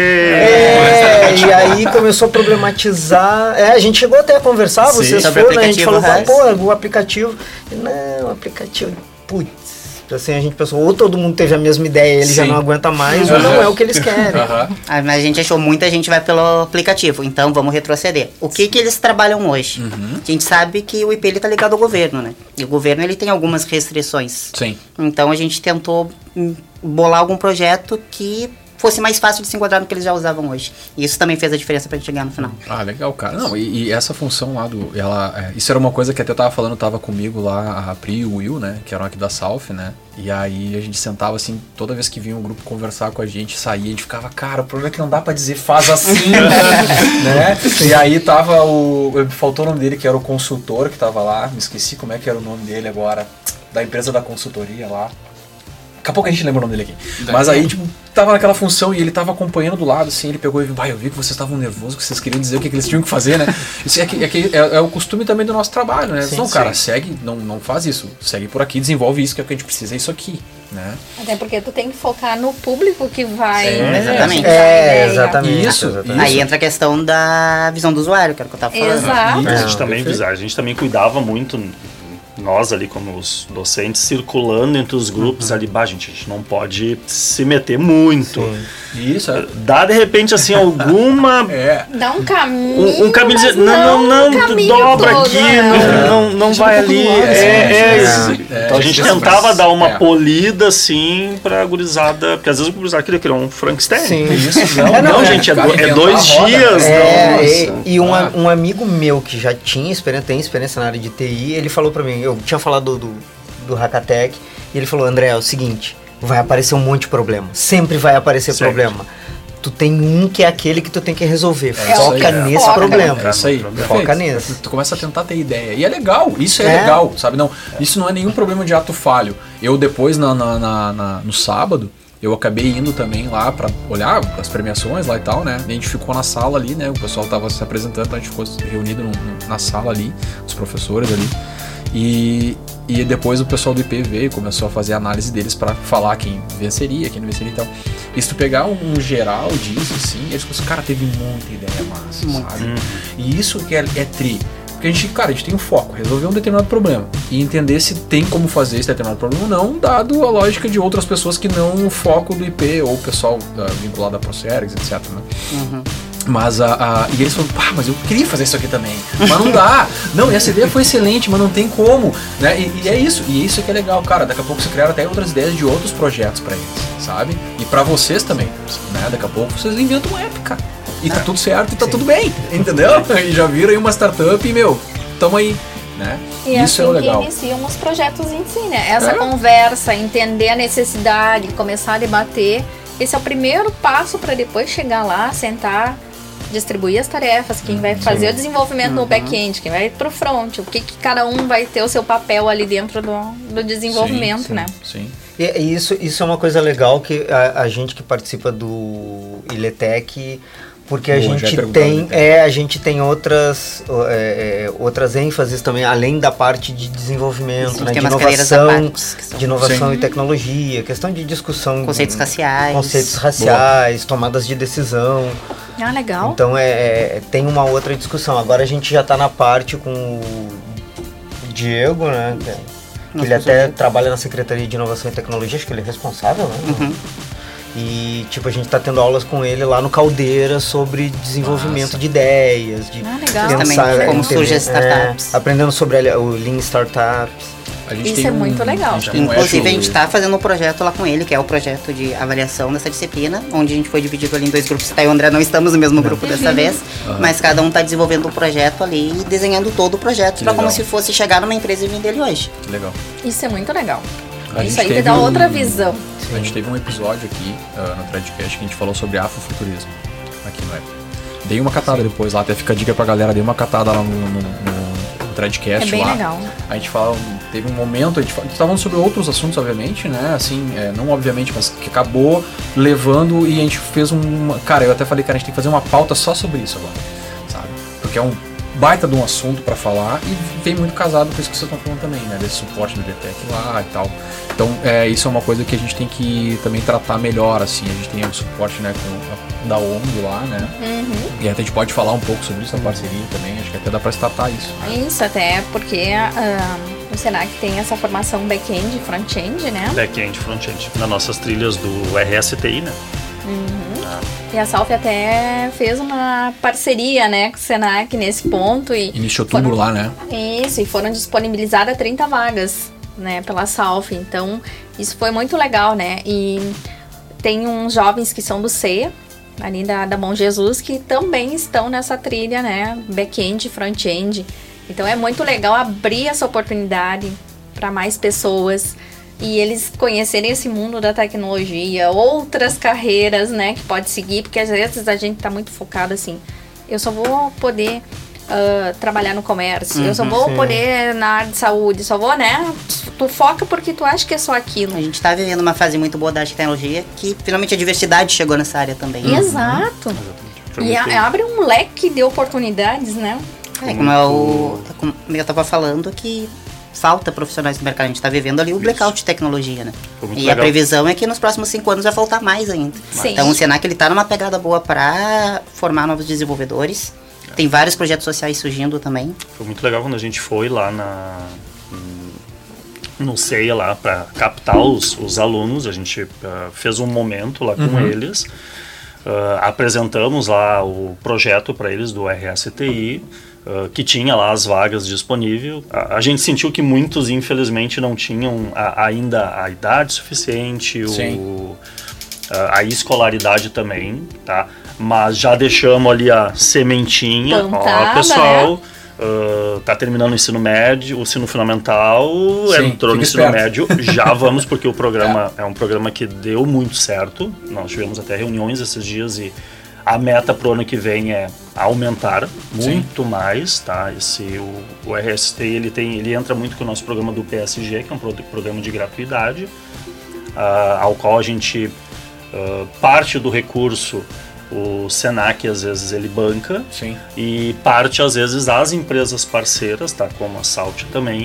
é, e aí começou a problematizar. É, a gente chegou até a conversar, Sim, vocês sobre foram, né? A gente falou, aplicativo, pô, o aplicativo. Não, o aplicativo. Putz. Assim, a gente pensou, ou todo mundo teve a mesma ideia e ele já Sim. não aguenta mais, ou não é o que eles querem. Aham. Ah, mas a gente achou muita gente vai pelo aplicativo, então vamos retroceder. O que que eles trabalham hoje? A gente sabe que o I P ele tá ligado ao governo, né? E o governo ele tem algumas restrições. Sim. Então a gente tentou hum, bolar algum projeto que fosse mais fácil de se enquadrar no que eles já usavam hoje. E isso também fez a diferença pra gente chegar no final. Ah, legal, cara. Não, e, e essa função lá do. Ela, é, isso era uma coisa que até eu tava falando, tava comigo lá, a Pri e o Will, né? Que eram aqui da South, né? E aí a gente sentava assim, toda vez que vinha um grupo conversar com a gente, saía, a gente ficava, cara, o problema é que não dá pra dizer faz assim, né? E aí tava o. Faltou o nome dele, que era o consultor que tava lá, me esqueci como é que era o nome dele agora, da empresa da consultoria lá. Daqui a pouco a gente lembra o nome dele aqui. Mas aí, tipo, tava naquela função e ele tava acompanhando do lado, assim, ele pegou e viu, vai, eu vi que vocês estavam nervosos, que vocês queriam dizer o que, que eles tinham que fazer, né? Isso é, que, é, que é, é o costume também do nosso trabalho, né? Sim, não, sim. cara, segue, não, não faz isso. Segue por aqui, desenvolve isso, que é o que a gente precisa, é isso aqui, né? Até porque tu tem que focar no público que vai. É, exatamente. dar a É, ideia. exatamente. Isso, exatamente. Aí entra a questão da visão do usuário, que era o que eu tava falando. Exato. A Isso. gente também perfeito. a gente também cuidava muito nós ali como os docentes circulando entre os grupos uhum. ali, bah, gente, a gente não pode se meter muito. Sim. Isso, é. Dá de repente assim alguma... é. Dá um caminho, um, um caminho dizer, não, não, não, tu dobra todo, aqui, é. não, não, não vai ali. É, é, é, então a gente tentava dar uma polida assim pra gurizada, porque às vezes o gurizada queria criar um Frankenstein. Sim. Isso, não, é, não, não, gente, é, do, é dois dias. É, e, e um, um amigo meu que já tinha experiência, tem experiência na área de T I, ele falou pra mim, eu tinha falado do, do, do Hackatech, e ele falou, André, é o seguinte, vai aparecer um monte de problema, sempre vai aparecer sempre. problema. Tu tem um que é aquele que tu tem que resolver. É foca aí, nesse foca, problema. É isso aí. Foca nesse. Tu começa a tentar ter ideia. E é legal, isso é, é. legal, sabe? Não, isso não é nenhum problema de ato falho. Eu depois, na, na, na, na, no sábado, eu acabei indo também lá pra olhar as premiações lá e tal, né? E a gente ficou na sala ali, né? O pessoal tava se apresentando, a gente ficou reunido no, no, na sala ali, os professores ali. E, e depois o pessoal do I P veio e começou a fazer a análise deles pra falar quem venceria, quem não venceria e tal. E se tu pegar um, um geral disso, assim, eles falaram, cara, teve muita ideia massa, Muito. sabe? Uhum. E isso que é, é tri. Porque a gente, cara, a gente tem um foco, resolver um determinado problema. E entender se tem como fazer esse determinado problema ou não, dado a lógica de outras pessoas que não o foco do I P ou o pessoal uh, vinculado a Procerex, etcétera. Né? Uhum. Mas a, a, e eles falaram, pá, mas eu queria fazer isso aqui também, mas não dá. Não, essa ideia foi excelente, mas não tem como, né? E, e é isso, e isso que é legal, cara. Daqui a pouco você criaram até outras ideias de outros projetos pra eles, sabe? E pra vocês também, né? Daqui a pouco vocês inventam um app, cara. E tá tudo certo e tá Sim. tudo bem, entendeu? E já viram aí uma startup e, meu, tamo aí, né? E isso assim é o legal. Que iniciam os projetos em si, né? Essa é. conversa, entender a necessidade, começar a debater. Esse é o primeiro passo para depois chegar lá, sentar, distribuir as tarefas, quem vai fazer Sim. o desenvolvimento uhum. no back-end, quem vai pro front, o que, que cada um vai ter o seu papel ali dentro do, do desenvolvimento, sim, né? Sim. E isso, isso é uma coisa legal que a, a gente que participa do Iletec, porque a Boa, gente tem é a gente tem outras é, é, outras ênfases também, além da parte de desenvolvimento, Sim, né, de inovação, de inovação Sim. e tecnologia, questão de discussão, conceitos raciais, conceitos raciais, Boa. tomadas de decisão. Ah, legal. Então é, é tem uma outra discussão. Agora a gente já está na parte com o Diego, né? Que ele até trabalha na Secretaria de Inovação e Tecnologia, acho que ele é responsável, né? Uhum. E, tipo, a gente tá tendo aulas com ele lá no Caldeira sobre desenvolvimento Nossa. de ideias, de ah, legal. pensar, também, como surgem as startups. É, aprendendo sobre a, o Lean Startups. A gente Isso tem é um, muito legal. A gente Inclusive, a gente está fazendo um projeto lá com ele, que é o projeto de avaliação dessa disciplina, onde a gente foi dividido ali em dois grupos. Tá, eu e o André não estamos no mesmo grupo uhum. dessa vez, uhum. mas cada um está desenvolvendo um projeto ali e desenhando todo o projeto para como se fosse chegar numa empresa e vender ele hoje. Que legal. Isso é muito legal. A Isso aí te dá um, outra visão. A gente teve um episódio aqui uh, no Threadcast que a gente falou sobre afrofuturismo aqui no app. Dei uma catada Sim. depois lá, até fica a dica pra galera, dei uma catada lá no, no, no, no Threadcast é bem lá. Legal. A gente fala, teve um momento, a gente estava falando sobre outros assuntos, obviamente, né? Assim, é, não obviamente, mas que acabou levando e a gente fez um. Cara, eu até falei, cara, a gente tem que fazer uma pauta só sobre isso agora, sabe? Porque é um baita de um assunto para falar e vem muito casado com isso que vocês estão falando também, né? Desse suporte do Iletec lá e tal. Então, é, isso é uma coisa que a gente tem que também tratar melhor, assim. A gente tem o suporte, né, com a, da O N G lá, né? Uhum. E até a gente pode falar um pouco sobre isso, a parceria também. Acho que até dá para startar isso. Né? Isso, até porque uh, o Senac tem essa formação back-end e front-end, né? Back-end e front-end. Nas nossas trilhas do R S T I, né? Uhum. E a Salf até fez uma parceria, né, com o Senac nesse ponto. E iniciou tudo foram, lá, né? Isso, e foram disponibilizadas trinta vagas, né, pela Salf. Então, isso foi muito legal, né? E tem uns jovens que são do C E A, ali da, da Bom Jesus, que também estão nessa trilha, né, back-end e front-end. Então, é muito legal abrir essa oportunidade para mais pessoas e eles conhecerem esse mundo da tecnologia, outras carreiras, né, que pode seguir, porque às vezes a gente tá muito focado assim, eu só vou poder uh, trabalhar no comércio, uhum, eu só vou sim. poder na área de saúde, só vou, né, tu foca porque tu acha que é só aquilo. A gente tá vivendo uma fase muito boa da tecnologia, que finalmente a diversidade chegou nessa área também. Uhum. Exato. Uhum. E a, abre um leque de oportunidades, né. É, como eu, como eu tava falando, que falta profissionais no mercado. A gente está vivendo ali o blackout de tecnologia, né? E legal. A previsão é que nos próximos cinco anos vai faltar mais ainda. Sim. Então o Senac ele está numa pegada boa para formar novos desenvolvedores. É. Tem vários projetos sociais surgindo também. Foi muito legal quando a gente foi lá na, no CEIA lá para captar os, os alunos. A gente uh, fez um momento lá com uhum. eles, uh, apresentamos lá o projeto para eles do R S T I, uh, que tinha lá as vagas disponíveis. A, a gente sentiu que muitos, infelizmente, não tinham a, ainda a idade suficiente, o, a, a escolaridade também, tá? Mas já deixamos ali a sementinha. Plantada, ó, pessoal... né? Uh, tá terminando o ensino médio, o ensino fundamental, Sim, entrou no ensino esperto. médio, já vamos, porque o programa é. é um programa que deu muito certo. Nós tivemos até reuniões esses dias e a meta pro ano que vem é aumentar muito Sim. mais, tá? Esse, o, o R S T, ele, tem, ele entra muito com o nosso programa do P S G, que é um pro, programa de gratuidade, uh, ao qual a gente, uh, parte do recurso, o Senac às vezes ele banca. Sim. E parte às vezes as empresas parceiras, tá, como a Salt também,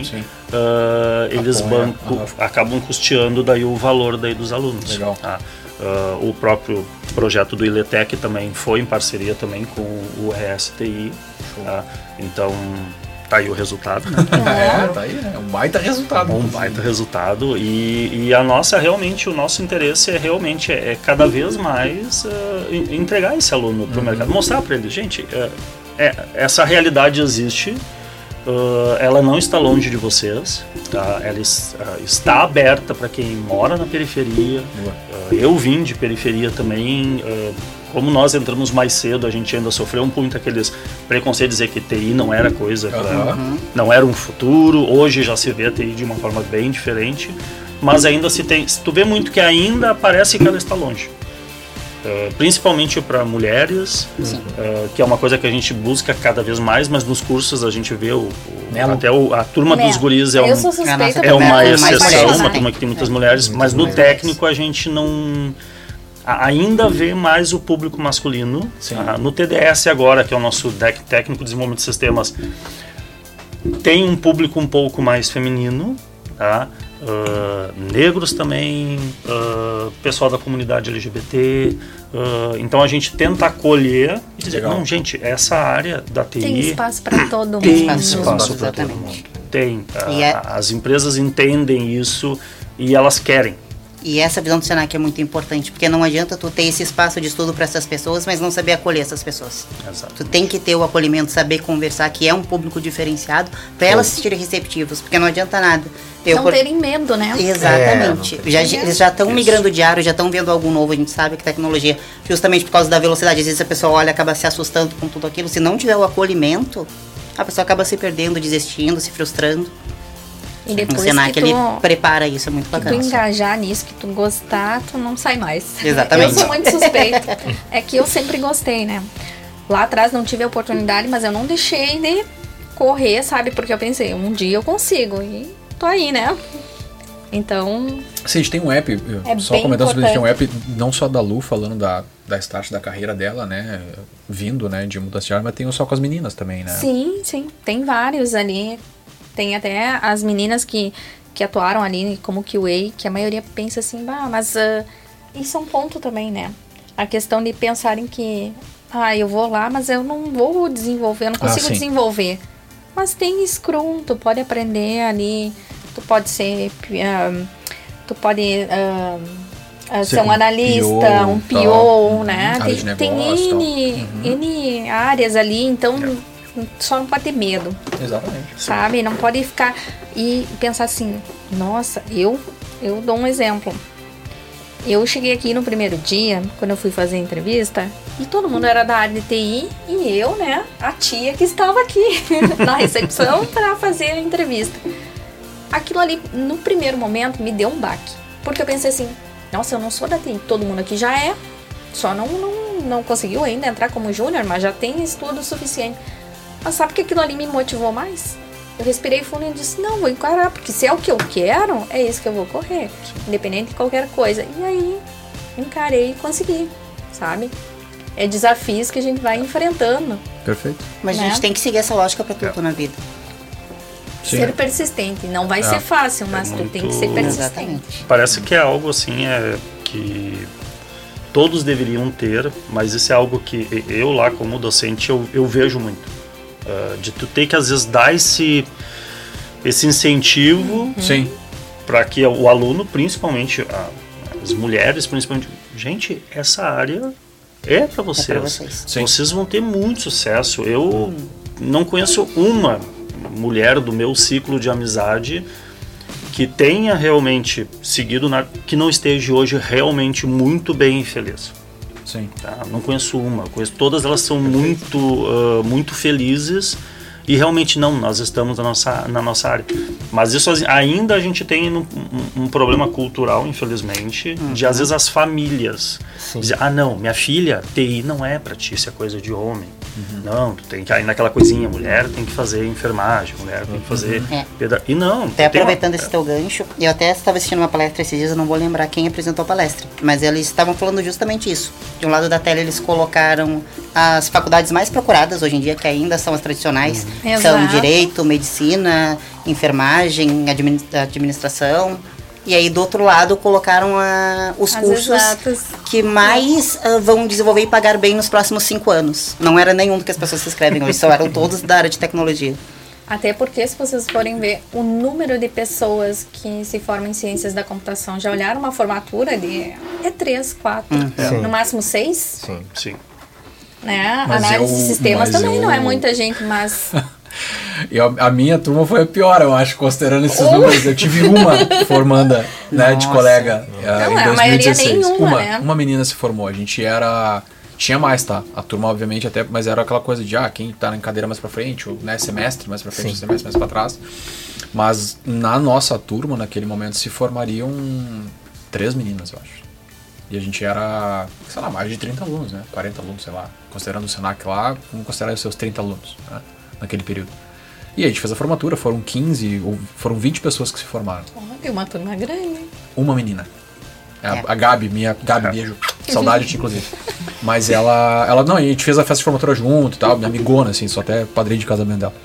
uh, eles Apoia, banco, uhum. acabam custeando daí o valor daí dos alunos. Legal. Tá? Uh, o próprio projeto do Iletec também foi em parceria também com o R S T I. Tá? Então tá aí o resultado, né? É, tá aí, é um baita resultado. Um baita resultado e, e a nossa, realmente, o nosso interesse é realmente, é, é cada vez mais uh, entregar esse aluno para o uhum. mercado, mostrar para ele, gente, uh, é, essa realidade existe, uh, ela não está longe de vocês, tá? Ela uh, está aberta para quem mora na periferia, uh, eu vim de periferia também, uh, como nós entramos mais cedo, a gente ainda sofreu muito aqueles preconceitos de dizer que T I não era coisa, pra, uhum. não era um futuro. Hoje já se vê a T I de uma forma bem diferente, mas ainda se tem, tu vê muito que ainda parece que ela está longe. Uh, principalmente para mulheres, uh, que é uma coisa que a gente busca cada vez mais, mas nos cursos a gente vê o, o, até o, a turma Melo. dos guris é, um, é uma exceção, uma turma que tem muitas é. mulheres, mas no técnico a gente não... ainda vê mais o público masculino. Ah, no T D S agora, que é o nosso técnico de desenvolvimento de sistemas, tem um público um pouco mais feminino, tá? Uh, negros também, uh, pessoal da comunidade L G B T, uh, então a gente tenta acolher e dizer, Legal. não, gente, essa área da T I tem espaço para todo mundo. Tem espaço para todo mundo. Tem. Uh, é... As empresas entendem isso e elas querem. E essa visão do Senac é muito importante, porque não adianta tu ter esse espaço de estudo para essas pessoas, mas não saber acolher essas pessoas. Exato. Tu tem que ter o acolhimento, saber conversar, que é um público diferenciado, para elas se sentirem receptivos, porque não adianta nada. Eu não por... terem medo, né? Exatamente. É, já, eles já estão migrando diário, já estão vendo algo novo, a gente sabe que tecnologia, justamente por causa da velocidade, às vezes a pessoa olha e acaba se assustando com tudo aquilo. Se não tiver o acolhimento, a pessoa acaba se perdendo, desistindo, se frustrando. E depois o Senac, que tu, ele prepara isso, é muito bacana. Que tu engajar nisso, que tu gostar, tu não sai mais. Exatamente. Eu sou muito suspeita. É que eu sempre gostei, né? Lá atrás não tive a oportunidade, mas eu não deixei de correr, sabe? Porque eu pensei, um dia eu consigo. E tô aí, né? Então... Sim, a gente tem um app, é só comentando sobre isso, tem um app não só da Lu falando da, da start da carreira dela, né? Vindo, né, de mudança de área, mas tem o só com as meninas também, né? Sim, sim. Tem vários ali. Tem até as meninas que, que atuaram ali como Q A, que a maioria pensa assim, bah, mas uh, isso é um ponto também, né? A questão de pensarem que, ah, eu vou lá, mas eu não vou desenvolver, eu não consigo ah, desenvolver. Mas tem Scrum, tu pode aprender ali, tu pode ser, uh, tu pode uh, uh, ser um analista, P O, um P O, tá. né? Tem, negócio, tem N, uhum. N áreas ali, então... É. Só não pode ter medo. Exatamente. Sabe? Não pode ficar e pensar assim, nossa, eu, eu dou um exemplo. Eu cheguei aqui no primeiro dia, quando eu fui fazer a entrevista, e todo mundo era da área de T I, e eu, né, a tia que estava aqui na recepção para fazer a entrevista. Aquilo ali, no primeiro momento, me deu um baque. Porque eu pensei assim, nossa, eu não sou da T I, todo mundo aqui já é, só não, não, não conseguiu ainda entrar como júnior, mas já tem estudo suficiente. Mas sabe que aquilo ali me motivou mais? Eu respirei fundo e disse, não, vou encarar, porque se é o que eu quero, é isso que eu vou correr, Sim. independente de qualquer coisa. E aí, encarei e consegui, sabe? É desafios que a gente vai enfrentando. Perfeito. Mas né? a gente tem que seguir essa lógica pra tudo é. na vida. Sim. Ser persistente. Não vai é. ser fácil, mas é muito... tu tem que ser persistente. Exatamente. Parece que é algo assim, é que... todos deveriam ter, mas isso é algo que eu lá como docente eu, eu vejo muito. Uh, de tu ter que às vezes dar esse, esse incentivo Sim. para que o aluno, principalmente a, as mulheres, principalmente, gente, essa área é para vocês. É pra vocês. Vocês vão ter muito sucesso. Eu não conheço uma mulher do meu ciclo de amizade que tenha realmente seguido, na, que não esteja hoje realmente muito bem e feliz. Sim. Tá? Não conheço uma, conheço, todas elas são muito, uh, muito felizes e realmente não, nós estamos na nossa, na nossa área. Mas isso ainda a gente tem um, um, um problema cultural, infelizmente, uhum. de às vezes as famílias dizer, ah não, minha filha, T I não é pra ti, isso é coisa de homem. Uhum. Não, tu tem que ir naquela coisinha, mulher tem que fazer enfermagem, mulher tem que fazer... É. Pedra... E não... Até aproveitando uma... esse teu gancho, eu até estava assistindo uma palestra esses dias, eu não vou lembrar quem apresentou a palestra, mas eles estavam falando justamente isso. De um lado da tela eles colocaram as faculdades mais procuradas hoje em dia, que ainda são as tradicionais, uhum. são Exato. Direito, Medicina, Enfermagem, Administração... E aí, do outro lado, colocaram uh, os As cursos exatas. que mais uh, vão desenvolver e pagar bem nos próximos cinco anos. Não era nenhum do que as pessoas se inscrevem hoje, só eram todos da área de tecnologia. Até porque, se vocês forem ver o número de pessoas que se formam em ciências da computação, já olharam uma formatura de é três, quatro, Hum, no máximo seis? Sim. Sim. Né? Mas Análise eu- de sistemas mas também eu- não é muita gente, mas... E a, a minha turma foi a pior, eu acho, considerando esses números. Eu tive uma formanda, né, de Nossa. colega uh, Não, em a dois mil e maioria dezesseis. nenhuma, uma, né? uma menina se formou. A gente era... Tinha mais, tá? A turma, obviamente, até... Mas era aquela coisa de, ah, quem tá em cadeira mais pra frente, ou, né, semestre mais pra frente, Sim. semestre mais pra trás. Mas na nossa turma, naquele momento, se formariam três meninas, eu acho. E a gente era, sei lá, mais de trinta alunos, né? quarenta alunos, sei lá. Considerando o Senac lá, vamos considerar os seus trinta alunos, né? Naquele período. E a gente fez a formatura, foram quinze, ou foram vinte pessoas que se formaram. Oh, tem uma turma grande. Uma menina. A, É. a Gabi, minha Gabi, beijo. Saudade de ti, inclusive. Mas ela, ela, não, a gente fez a festa de formatura junto e tal, minha amigona, assim, sou até padrinho de casamento dela.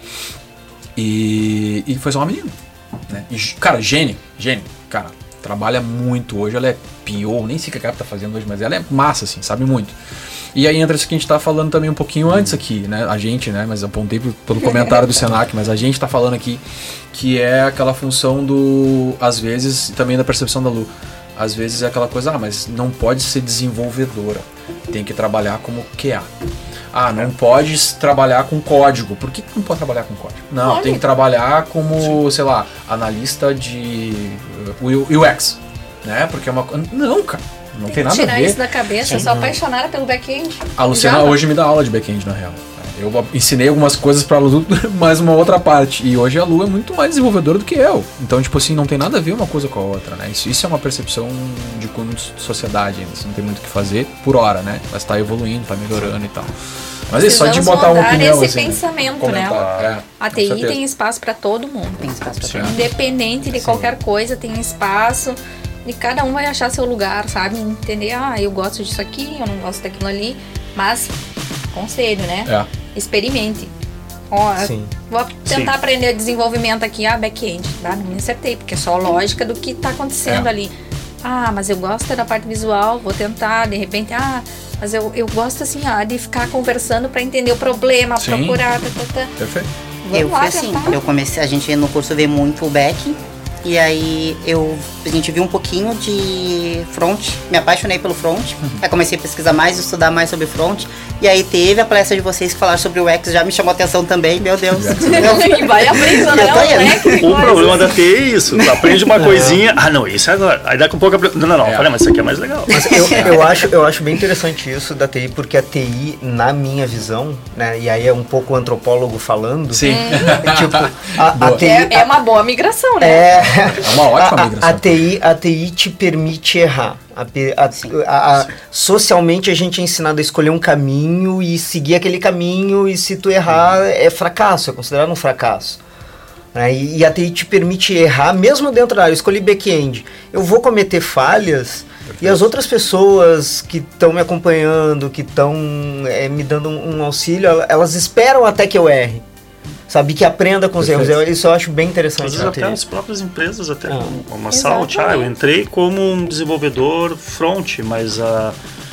E, e foi só uma menina, né? E, cara, gênio, gênio, cara, trabalha muito hoje, ela é P O, nem sei o que a Gabi tá fazendo hoje, mas ela é massa, assim, sabe muito. E aí entra isso que a gente tá falando também um pouquinho antes aqui, né? A gente, né? Mas apontei pro, pelo comentário do Senac, mas a gente tá falando aqui que é aquela função do, às vezes, e também da percepção da Lu. Às vezes é aquela coisa, ah, mas não pode ser desenvolvedora, tem que trabalhar como Q A. Ah, não pode trabalhar com código. Por que não pode trabalhar com código? Não, Pode. tem que trabalhar como, sei lá, analista de uh, U X, né? Porque é uma coisa... Não, cara, não tem nada a Tirar ver. isso da cabeça, eu sou apaixonada pelo back-end. A Luciana Java. hoje me dá aula de back-end, na real. Eu ensinei algumas coisas pra Lu, mais uma outra parte. E hoje a Lu é muito mais desenvolvedora do que eu. Então, tipo assim, não tem nada a ver uma coisa com a outra, né? Isso, isso é uma percepção de como sociedade ainda. Você não tem muito o que fazer por hora, né? Mas tá evoluindo, tá melhorando e tal. Mas é só de Precisamos botar uma mudar opinião, esse assim, pensamento, comentar. né? É, A com T I certeza. tem espaço para todo mundo. Tem espaço pra Sim. todo mundo. Independente de qualquer coisa, tem espaço. E cada um vai achar seu lugar, sabe? Entender, ah, eu gosto disso aqui, eu não gosto daquilo ali. Mas, conselho, né? É. Experimente. Ó, Sim. vou tentar Sim. aprender desenvolvimento aqui, ah, back-end. Tá? Não me acertei, porque é só lógica do que tá acontecendo É. ali. Ah, mas eu gosto da parte visual, vou tentar, de repente, ah, mas eu, eu gosto assim, ah, de ficar conversando pra entender o problema, Sim. procurar, tá, tá, tá. Perfeito. Vamos Eu lá, fui assim, tentar. eu comecei, a gente no curso vê muito o back, e aí eu, a gente viu um pouquinho de front, me apaixonei pelo front, aí comecei a pesquisar mais, estudar mais sobre front, e aí teve a palestra de vocês que falaram sobre o U X, já me chamou a atenção também, meu Deus. E vai abrindo, né? Eu tô o indo. leque de O coisas. problema da T I é isso. Tu aprende uma coisinha. Ah, não, isso é agora. Aí daqui a pouco. apre- Não, não, não. É. Olha, mas isso aqui é mais legal. Mas eu, eu, acho, eu acho bem interessante isso da T I, porque a T I, na minha visão, né, e aí é um pouco o antropólogo falando, Sim. é tipo, a, a Boa. T I... É, é uma boa migração, né? É, É uma ótima a, migração. a, a, T I, a T I te permite errar. A, pe- a- a- a- socialmente a gente é ensinado a escolher um caminho e seguir aquele caminho, e se tu errar é fracasso, é considerado um fracasso. Né? E, e a T I te permite errar mesmo dentro da área. Eu escolhi back-end, eu vou cometer falhas. E as outras pessoas que estão me acompanhando, que estão é, me dando um, um auxílio, elas esperam até que eu erre. Sabe, que aprenda com os erros. Perfeito. Eu- Isso eu acho bem Às interessante. vezes na até T I. as próprias empresas, até Ah. uma Salt, ah, eu entrei como um desenvolvedor front, mas a,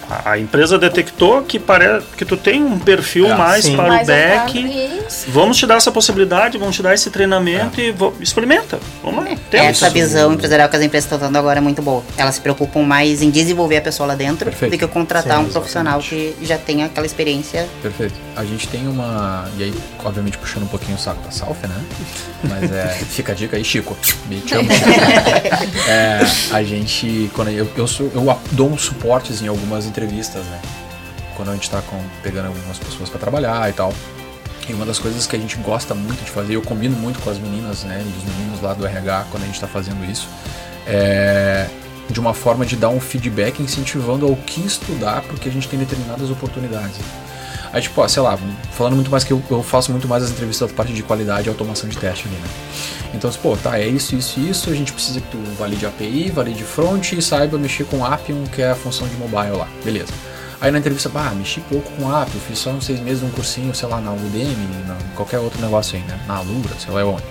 a, a empresa detectou que, pare, que tu tem um perfil É, mais sim. para Mais o back. isso. Vamos te dar essa possibilidade, vamos te dar esse treinamento e vo, experimenta. Vamos lá. Temos. Essa visão empresarial que as empresas estão dando agora é muito boa. Elas se preocupam mais em desenvolver a pessoa lá dentro Perfeito. do que contratar Sim, um profissional que já tem aquela experiência. Perfeito. A gente tem uma. E aí, obviamente, puxando um pouquinho o saco da Salf, né? Mas é. Fica a dica aí, Chico. Me chama. É, a gente. Quando eu, eu, sou, eu dou um suportes em algumas entrevistas, né? Quando a gente tá com, pegando algumas pessoas para trabalhar e tal. E uma das coisas que a gente gosta muito de fazer, eu combino muito com as meninas, né? E os meninos lá do R H quando a gente tá fazendo isso. É. De uma forma de dar um feedback incentivando ao que estudar, porque a gente tem determinadas oportunidades. Aí, tipo, ó, sei lá, falando muito mais que eu, eu faço muito mais as entrevistas da parte de qualidade e automação de teste ali, né? Então, pô, tá, é isso, isso, isso, a gente precisa que tu valide A P I, valide front e saiba mexer com Appium, que é a função de mobile lá, beleza. Aí na entrevista, ah, mexi pouco com Appium, fiz só uns seis meses um cursinho, sei lá, na Udemy, na qualquer outro negócio aí, né? Na Alura, sei lá onde.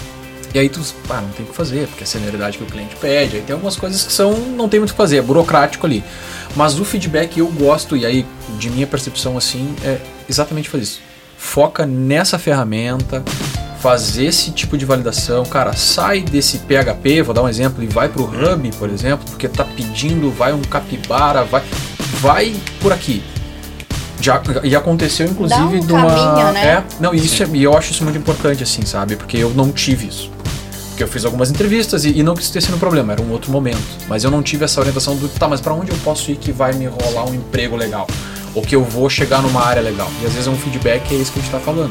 E aí tu, pá, não tem o que fazer, porque é a senioridade que o cliente pede, aí tem algumas coisas que são, não tem muito o que fazer, é burocrático ali. Mas o feedback eu gosto, e aí, de minha percepção assim, é exatamente fazer isso. Foca nessa ferramenta, fazer esse tipo de validação, cara, sai desse P H P, vou dar um exemplo, e vai pro Hub, por exemplo, porque tá pedindo, vai um Capybara, vai, vai por aqui. Já, e aconteceu inclusive Dá um de uma. caminho, né? É, não, e isso é, e eu acho isso muito importante, assim, sabe? Porque eu não tive isso. Porque eu fiz algumas entrevistas e, e não que isso tenha sido um problema, era um outro momento. Mas eu não tive essa orientação do, tá, mas pra onde eu posso ir que vai me rolar um emprego legal? Ou que eu vou chegar numa área legal? E às vezes é um feedback, é isso que a gente tá falando.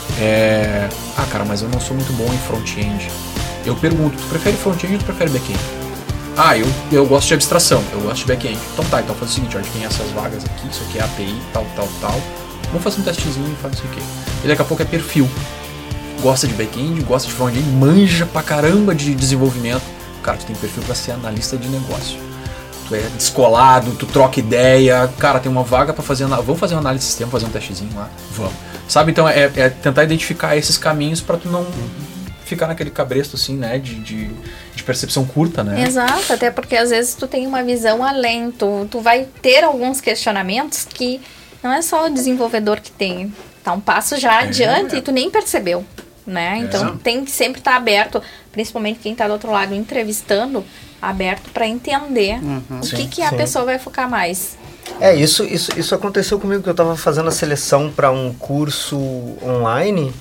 É, ah, cara, mas eu não sou muito bom em front-end. Eu pergunto, tu prefere front-end ou tu prefere back-end? Ah, eu, eu gosto de abstração, eu gosto de back-end. Então tá, então faz o seguinte, ó, a gente tem essas vagas aqui, isso aqui é A P I, tal, tal, tal. Vamos fazer um testezinho e faz não sei o quê. E daqui a pouco é perfil. Gosta de back-end, gosta de front-end, manja pra caramba de desenvolvimento. Cara, tu tem perfil pra ser analista de negócio. Tu é descolado, tu troca ideia. Cara, tem uma vaga pra fazer... Vamos fazer uma análise de sistema, fazer um testezinho lá? Vamos. Sabe, então é, é tentar identificar esses caminhos pra tu não ficar naquele cabresto assim, né, de, de, de percepção curta, né? Exato, até porque às vezes tu tem uma visão além, tu, tu vai ter alguns questionamentos que não é só o desenvolvedor que tem, tá um passo já É, adiante é. e tu nem percebeu, né? Então É. tem que sempre estar aberto, principalmente quem tá do outro lado entrevistando, aberto para entender o Sim, que, que a sim. pessoa vai focar mais. É, isso, isso, isso aconteceu comigo, que eu estava fazendo a seleção para um curso online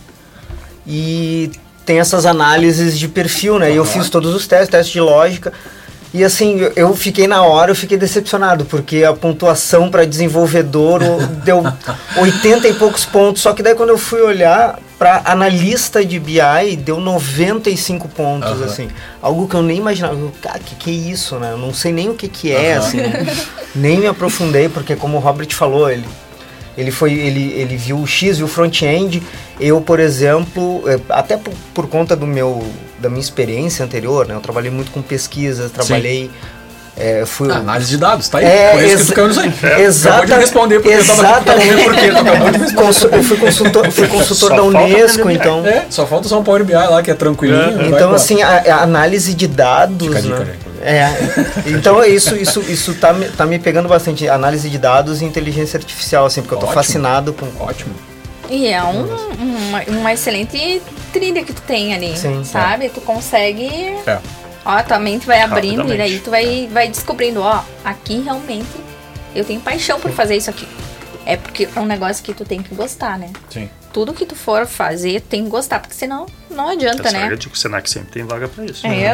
e tem essas análises de perfil, né? E eu fiz todos os testes, testes de lógica. E assim, eu- eu fiquei na hora, eu fiquei decepcionado, porque a pontuação para desenvolvedor o- deu oitenta e poucos pontos. Só que daí quando eu fui olhar para analista de B I, deu noventa e cinco pontos, Aham. assim. Algo que eu nem imaginava. Eu, cara, que que é isso, né? Eu não sei nem o que que é, Aham. assim. Nem me aprofundei, porque como o Robert falou, ele... Ele, foi, ele, ele viu o X, viu o front-end. Eu, por exemplo, eh, até por, por conta do meu, da minha experiência anterior, né? Eu trabalhei muito com pesquisas, trabalhei... eh, fui, Ah, análise de dados, tá aí. É, Por isso que exa- tu caiu nisso aí. exata- Acabou de responder, porque eu tava exatamente. por quê? Tu acabou de responder. Consu- eu fui consultor, fui consultor Só da falta Unesco, aprender então... É, só falta só um Power B I lá, que é tranquilinho. vai Então, embora. assim, a, a análise de dados, Fica a dica, né? gente. É, então é isso, isso, isso tá, me- tá me pegando bastante, análise de dados e inteligência artificial, assim, porque eu tô Ótimo. fascinado com... Ótimo. E é um, uma, uma excelente trilha que tu tem ali, Sim, sabe? Tu consegue... É. Ó, tua mente vai abrindo e Rapidamente. daí tu vai, vai descobrindo, ó, aqui realmente eu tenho paixão por fazer isso aqui. É porque é um negócio que tu tem que gostar, né? Sim. Tudo que tu for fazer, tu tem que gostar, porque senão não adianta, Essa né? eu digo que o Senac sempre tem vaga pra isso. É eu?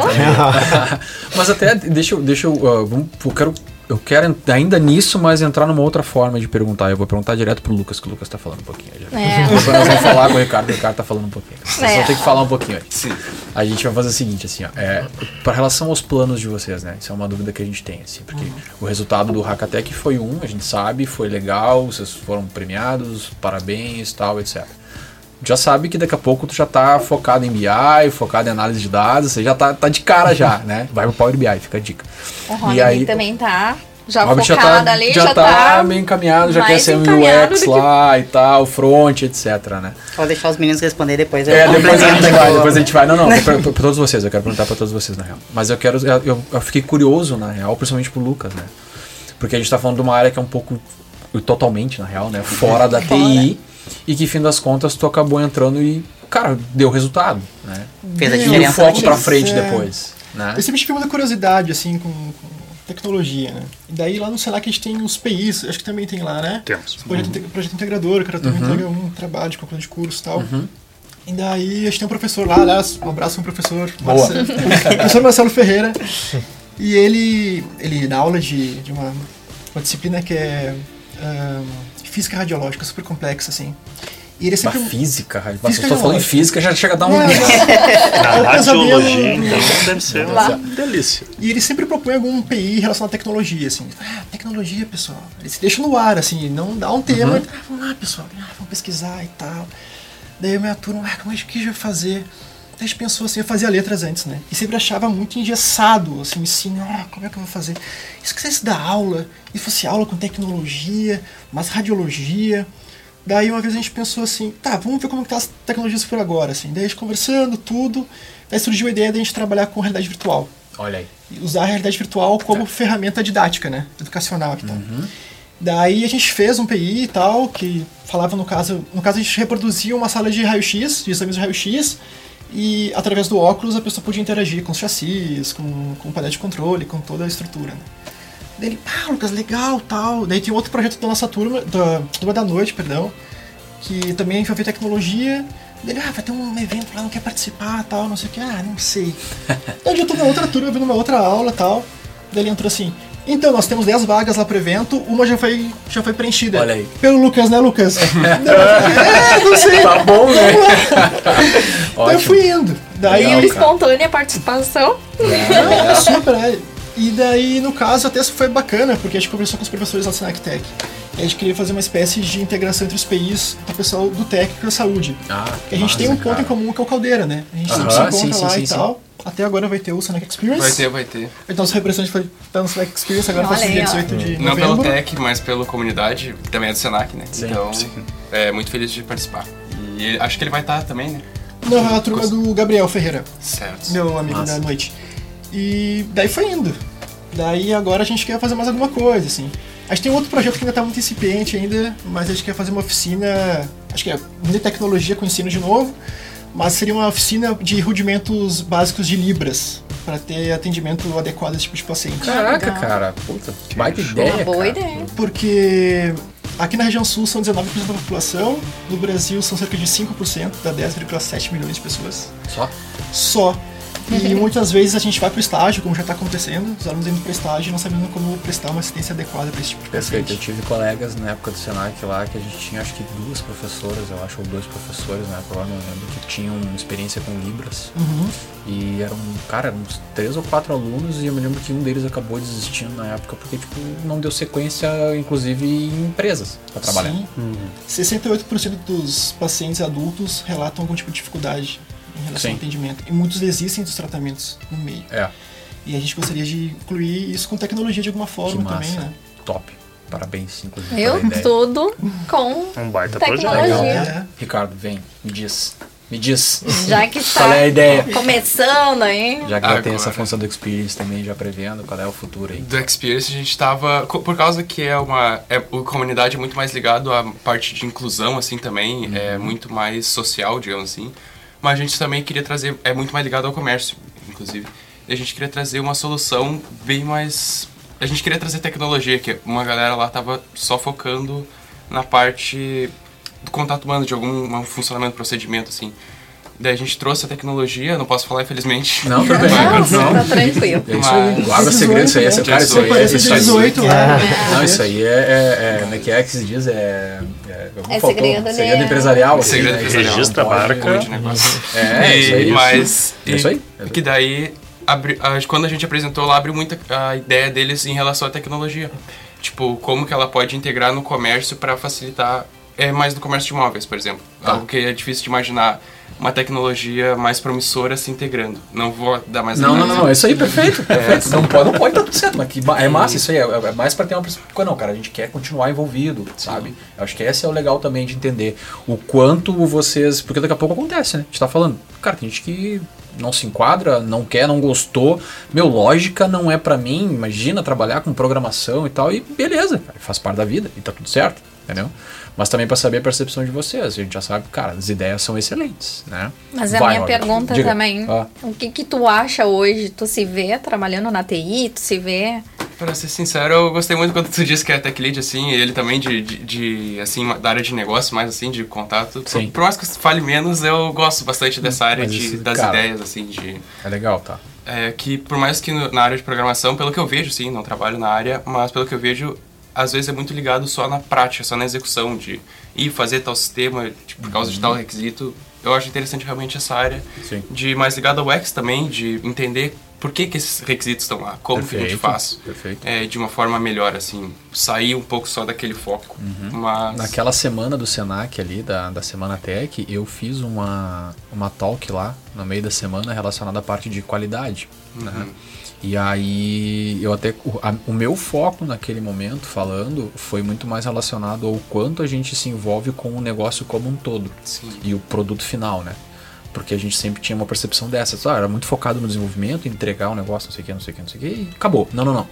Mas até, deixa eu, deixa eu, uh, vamos- eu quero, eu quero en- ainda nisso, mas entrar numa outra forma de perguntar. Eu vou perguntar direto pro Lucas, que o Lucas tá falando um pouquinho. Já. É. Depois nós vamos falar com o Ricardo, o Ricardo tá falando um pouquinho. Vocês É. vão ter que falar um pouquinho aí. Sim. A gente vai fazer o seguinte, assim, ó, é, para relação aos planos de vocês, né? Isso é uma dúvida que a gente tem, assim, porque o resultado do Hackatech foi um, a gente sabe, foi legal, vocês foram premiados, parabéns, tal, etcétera. Já sabe que daqui a pouco tu já tá focado em B I, focado em análise de dados, você já tá, tá de cara já, né? Vai pro Power B I, fica a dica. O Rony E aí- também tá já O Robert focado já tá, ali, já já, tá bem encaminhado, já quer mais ser um encaminhado U X do que- lá e tal, front, etcétera, né? Vou deixar os meninos responder depois. Eu É, depois a gente complemento vai, aqui o- depois a gente vai. Não, não, pra, pra, pra todos vocês, eu quero perguntar pra todos vocês, na real. Mas eu quero, eu, eu fiquei curioso, na real, principalmente pro Lucas, né? Porque a gente tá falando de uma área que é um pouco, totalmente, na real, né? Fora da T I. E que, fim das contas, tu acabou entrando e, cara, deu resultado, né? Fez a E o diferença. foco pra Isso, frente é. depois, né? Eu sempre tive muita curiosidade, assim, com, com tecnologia, né? E daí lá no Senac a gente tem os P Is, acho que também tem lá, né? Temos. Projeto, inte- projeto integrador, que era também Uhum. entrega um trabalho de conclusão de curso e tal. E daí a gente tem um professor lá, aliás, um abraço para o professor Boa. Marcelo, professor Marcelo Ferreira. E ele, ele dá aula de, de uma, uma disciplina que é ahn, física radiológica, super complexa, assim. E ele é Uma sempre... física, cara. Física Se eu tô falando em geológica. física, já chega a dar um... Não, não. Na É o radiologia, pesadelo- então, deve ser Lá. uma delícia. E ele sempre propõe algum P I relacionado à tecnologia, assim. Ah, tecnologia, pessoal. Ele se deixa no ar, assim, não dá um tema. Ah, vamos lá, pessoal, ah, vamos pesquisar e tal. Daí a minha turma, ah, como é que a gente vai fazer? Daí a gente pensou assim, eu fazia letras antes, né? E sempre achava muito engessado, assim, o ensino. Ah, como é que eu vou fazer? E se eu quisesse dar aula, e fosse aula com tecnologia, mas radiologia... Daí uma vez a gente pensou assim, tá, vamos ver como que tá as tecnologias por agora, assim. Daí a gente conversando, tudo, daí surgiu a ideia de a gente trabalhar com realidade virtual. Olha aí. E usar a realidade virtual como ferramenta didática, né? Educacional aqui, tal. Daí a gente fez um P I e tal, que falava no caso... No caso a gente reproduzia uma sala de raio-x, de exames de raio-x, e através do óculos a pessoa podia interagir com os chassis, com, com o painel de controle, com toda a estrutura, né? Daí ele, ah, Lucas, legal, tal. Daí tem outro projeto da nossa turma, da turma da noite, perdão, que também envolve tecnologia. Daí ele, ah, vai ter um evento lá, não quer participar, tal, não sei o que. Ah, não sei. Daí eu tô na outra turma, vendo uma outra aula, tal. Daí ele entrou assim, então, nós temos dez vagas lá pro evento, uma já foi, já foi preenchida. Olha aí. Pelo Lucas, né, Lucas? É, não sei. Tá bom, né? Daí eu Ótimo. fui indo. Daí E Legal, o cara. espontânea participação. Não, é super, é. E daí, no caso, até isso foi bacana, porque a gente conversou com os professores lá do Senac Tech. E a gente queria fazer uma espécie de integração entre os P Is do pessoal do técnico e da saúde. Ah, Porque a gente tem um massa, ponto cara. em comum que é o Caldeira, né? A gente sempre Aham, se encontra sim, sim, lá sim, e sim. tal. Até agora vai ter o Senac Experience. Vai ter, vai ter. Então, nosso representante foi tá no Senac Experience agora Olha para o aí, dia ó. dezoito de Não pelo novembro. Tech, mas pela comunidade, que também é do Senac, né? Sim, então, sim. é muito feliz de participar. E ele- acho que ele vai estar também, né? Não, é a turma do Gabriel Ferreira, Certo. meu amigo Massa. da noite. E daí foi indo. Daí agora a gente quer fazer mais alguma coisa, assim. A gente tem outro projeto que ainda está muito incipiente ainda, mas a gente quer fazer uma oficina, acho que é de tecnologia com ensino de novo, mas seria uma oficina de rudimentos básicos de Libras, para ter atendimento adequado a esse tipo de paciente. Caraca, Legal. cara. Puta, que baita ideia, Uma boa cara. ideia. Porque aqui na região sul são dezenove por cento da população, no Brasil são cerca de cinco por cento, dá dez vírgula sete milhões de pessoas. Só? Só. E muitas vezes a gente vai pro estágio, como já está acontecendo, os alunos indo pro estágio e não sabendo como prestar uma assistência adequada para esse tipo de Perfeito. Eu paciente. tive colegas na época do Senac lá que a gente tinha acho que duas professoras, eu acho, ou dois professores na época, lá não lembro, que tinham experiência com Libras. Uhum. E eram, cara, eram uns três ou quatro alunos e eu me lembro que um deles acabou desistindo na época porque, tipo, não deu sequência, inclusive, em empresas pra trabalhar. Sim. sessenta e oito por cento dos pacientes adultos relatam algum tipo de dificuldade em relação Sim. ao atendimento. E muitos desistem dos tratamentos no meio. É, E a gente gostaria de incluir isso com tecnologia de alguma que forma massa. também, né? Top. Parabéns, inclusive, Eu pela ideia. tudo com Um baita tecnologia. projeto. Legal. É. Ricardo, vem, me diz. Me diz. Já que Qual é a está ideia? começando aí. Já que já tem Agora. essa função do Experience também, já prevendo qual é o futuro aí. Do Experience a gente tava, co- por causa que é uma, é, a comunidade é muito mais ligado à parte de inclusão, assim, também, é muito mais social, digamos assim, mas a gente também queria trazer, é muito mais ligado ao comércio, inclusive, e a gente queria trazer uma solução bem mais, a gente queria trazer tecnologia, que uma galera lá tava só focando na parte do contato humano, de algum um funcionamento, procedimento, assim. Daí a gente trouxe a tecnologia, não posso falar infelizmente. Não, tudo bem. Não, Não. tá tranquilo. É isso aí. Mas- Guarda segredo, isso aí. Esse, cara, isso aí é, Parece isso aí, dezoito, né? não, isso aí é, é, é. Como é que é que se diz? É. É, como É faltou? segredo, Segredo né? empresarial. assim, Segredo né? empresarial. Registra a Não pode- marca. de negócio. É, E- isso aí. Mas, É isso aí. É isso que daí, abri, a- quando a gente apresentou lá, abriu muita a ideia deles em relação à tecnologia. Tipo, como que ela pode integrar no comércio para facilitar, é, mais no comércio de imóveis, por exemplo. Tá. Algo que é difícil de imaginar uma tecnologia mais promissora se integrando. Não vou dar mais Não, não, detalhes. não, é isso aí, perfeito. perfeito. Não pode, não pode estar tudo certo, mas que ma- é massa isso aí, é, é mais pra ter uma perspectiva. Não, cara, a gente quer continuar envolvido, sabe? Eu acho que esse é o legal também de entender o quanto vocês. Porque daqui a pouco acontece, né? A gente tá falando, cara, tem gente que não se enquadra, não quer, não gostou. Meu, lógica não é pra mim, imagina trabalhar com programação e tal, e beleza, cara, faz parte da vida, e tá tudo certo, entendeu? Mas também para saber a percepção de vocês, a gente já sabe, cara, as ideias são excelentes, né? Mas a Vai, minha Roger. pergunta Diga. também, Ah. o que que tu acha hoje? Tu se vê trabalhando na T I? Tu se vê... Pra ser sincero, eu gostei muito quando tu disse que é tech lead, assim, e ele também de, de, de, assim, da área de negócio, mais assim, de contato. Por, Sim. por mais que eu fale menos, eu gosto bastante dessa área Mas de, isso, das cara, ideias, assim, de... É legal, tá? É, que por mais que no, na área de programação, pelo que eu vejo, sim, não trabalho na área, mas pelo que eu vejo, às vezes é muito ligado só na prática, só na execução, de ir fazer tal sistema, tipo, por causa de tal requisito. Eu acho interessante realmente essa área, Sim. de mais ligado ao U X também, de entender por que, que esses requisitos estão lá, como que a gente Perfeito, faz perfeito. é, de uma forma melhor, assim, sair um pouco só daquele foco. Mas Naquela semana do Senac ali, da, da Semana Tech, eu fiz uma, uma talk lá, no meio da semana, relacionada à parte de qualidade, né? E aí, eu até o, a, o meu foco naquele momento, falando, foi muito mais relacionado ao quanto a gente se envolve com o negócio como um todo. Sim. E o produto final, né? Porque a gente sempre tinha uma percepção dessa. Ah, era muito focado no desenvolvimento, em entregar um negócio, não sei o que, não sei o que, não sei o que, e acabou. Não, não, não.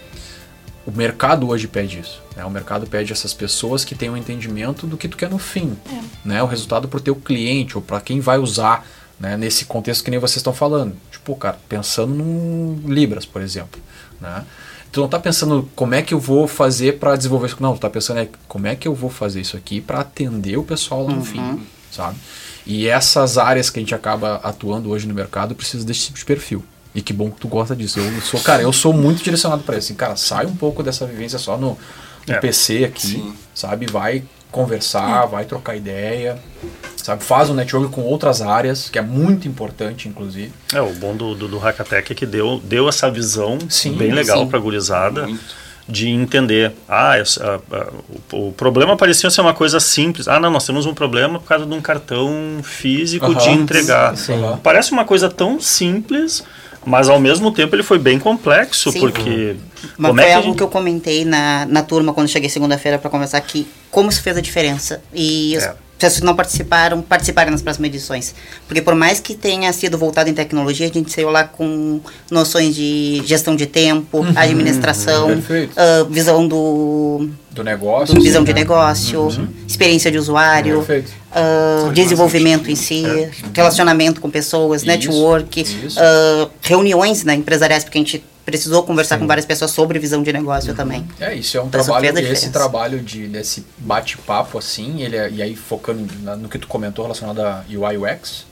O mercado hoje pede isso, né? O mercado pede essas pessoas que tenham um entendimento do que tu quer no fim, É. né? O resultado pro teu cliente ou para quem vai usar, né? Nesse contexto que nem vocês estão falando. Tipo, cara, pensando num Libras, por exemplo, né? Tu não tá pensando como é que eu vou fazer para desenvolver isso. Não, tu tá pensando é como é que eu vou fazer isso aqui para atender o pessoal lá no Uhum. fim, sabe? E essas áreas que a gente acaba atuando hoje no mercado precisam desse tipo de perfil. E que bom que tu gosta disso. Eu sou, cara, eu sou muito direcionado para isso. Assim, cara, sai um pouco dessa vivência só no, no É. P C aqui, Sim. sabe? Vai conversar, vai trocar ideia, sabe? Faz um network com outras áreas, que é muito importante, inclusive. É, o bom do, do, do Hackatech é que deu, deu essa visão Sim, bem legal sim. para a gurizada Muito. de entender. Ah, essa- a- a- o, o problema parecia ser uma coisa simples. Ah, não, nós temos um problema por causa de um cartão físico Aham, de entregar. sim. Parece uma coisa tão simples, mas ao mesmo tempo ele foi bem complexo, Sim. porque... Mas como foi é que a algo gente- que eu comentei na, na turma quando cheguei segunda-feira para conversar aqui, como isso fez a diferença. E É. as pessoas que não participaram, participarem nas próximas edições. Porque por mais que tenha sido voltado em tecnologia, a gente saiu lá com noções de gestão de tempo, administração, Perfeito. ah, visão do, Do negócio. do visão sim, de né? negócio, experiência de usuário, Perfeito. ah, desenvolvimento em si, relacionamento com pessoas, Isso, network, isso. ah, reuniões, né, empresariais, porque a gente precisou conversar com várias pessoas sobre visão de negócio também. É, isso é um Então, isso trabalho, fez a esse diferença. trabalho de, desse bate-papo assim, ele é- e aí focando na- no que tu comentou relacionado a U I U X,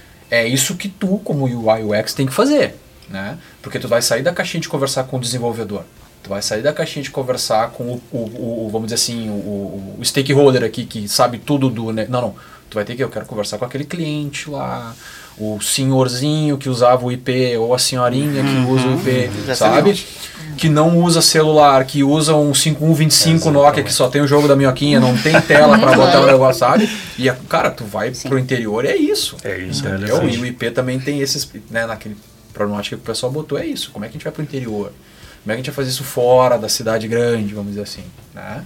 é isso que tu, como U I U X, tem que fazer, né? Porque tu vai sair da caixinha de conversar com o desenvolvedor, tu vai sair da caixinha de conversar com o, o- o- vamos dizer assim, o, o- o stakeholder aqui que sabe tudo do... ne- Não, não, tu vai ter que, eu quero conversar com aquele cliente lá, o senhorzinho que usava o I P, ou a senhorinha que usa o I P, sabe? exatamente. Que não usa celular, que usa um cinco um vinte e cinco Nokia que só tem o jogo da minhoquinha, não tem tela pra botar o negócio, sabe? E, a- cara, tu vai pro interior, é isso. É isso, é Entendeu? verdade. E o I P também tem esses, né, naquele problemática que o pessoal botou, é isso. Como é que a gente vai pro interior? Como é que a gente vai fazer isso fora da cidade grande, vamos dizer assim, né?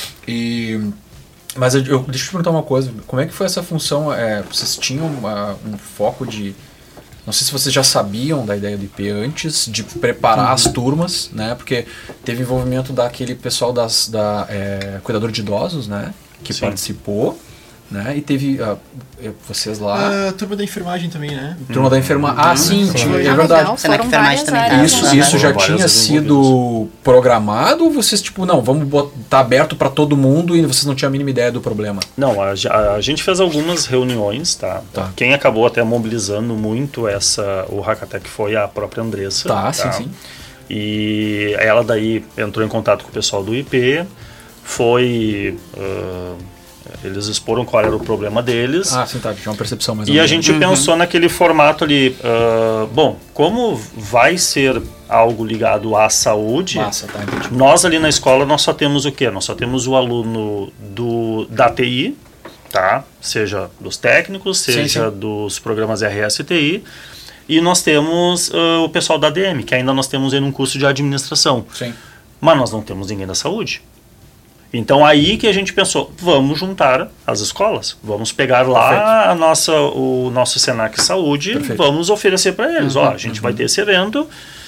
E... Mas eu, eu, deixa eu te perguntar uma coisa, como é que foi essa função, é, vocês tinham uma- um foco de... Não sei se vocês já sabiam da ideia do I P antes, de preparar as turmas, né? Porque teve envolvimento daquele pessoal das, da é, Cuidador de Idosos, né? Que Sim. participou, né? E teve ah, vocês lá, A turma da enfermagem também, né? turma da enfermagem. Ah, sim, tinha- é Ah, verdade. legal, Senac foram Enfermagem várias também tá. áreas, Isso, né? isso já Foram tinha várias sido programado ou vocês, tipo, não, vamos botar aberto para todo mundo e vocês não tinham a mínima ideia do problema? Não, a, a- a gente fez algumas reuniões, tá? Tá. Quem acabou até mobilizando muito essa o Hackatech foi a própria Andressa. Tá, sim, sim. E ela daí entrou em contato com o pessoal do I P, foi... ah, eles exporam qual era o problema deles. Ah, sim, tá, tinha uma percepção mais ou E a menos. gente pensou naquele formato ali, ah, bom, como vai ser algo ligado à saúde, Massa, tá, entendi. nós ali na escola nós só temos o quê? Nós só temos o aluno do, da T I, tá? Seja dos técnicos, Sim, seja sim. dos programas R S T I, e nós temos ah, o pessoal da A D M, que ainda nós temos aí num curso de administração. Sim. Mas nós não temos ninguém da saúde. Então aí que a gente pensou, vamos juntar as escolas, vamos pegar lá a nossa, o nosso Senac Saúde, Perfeito. Vamos oferecer para eles, uhum, ó, a gente uhum. vai ter esse evento,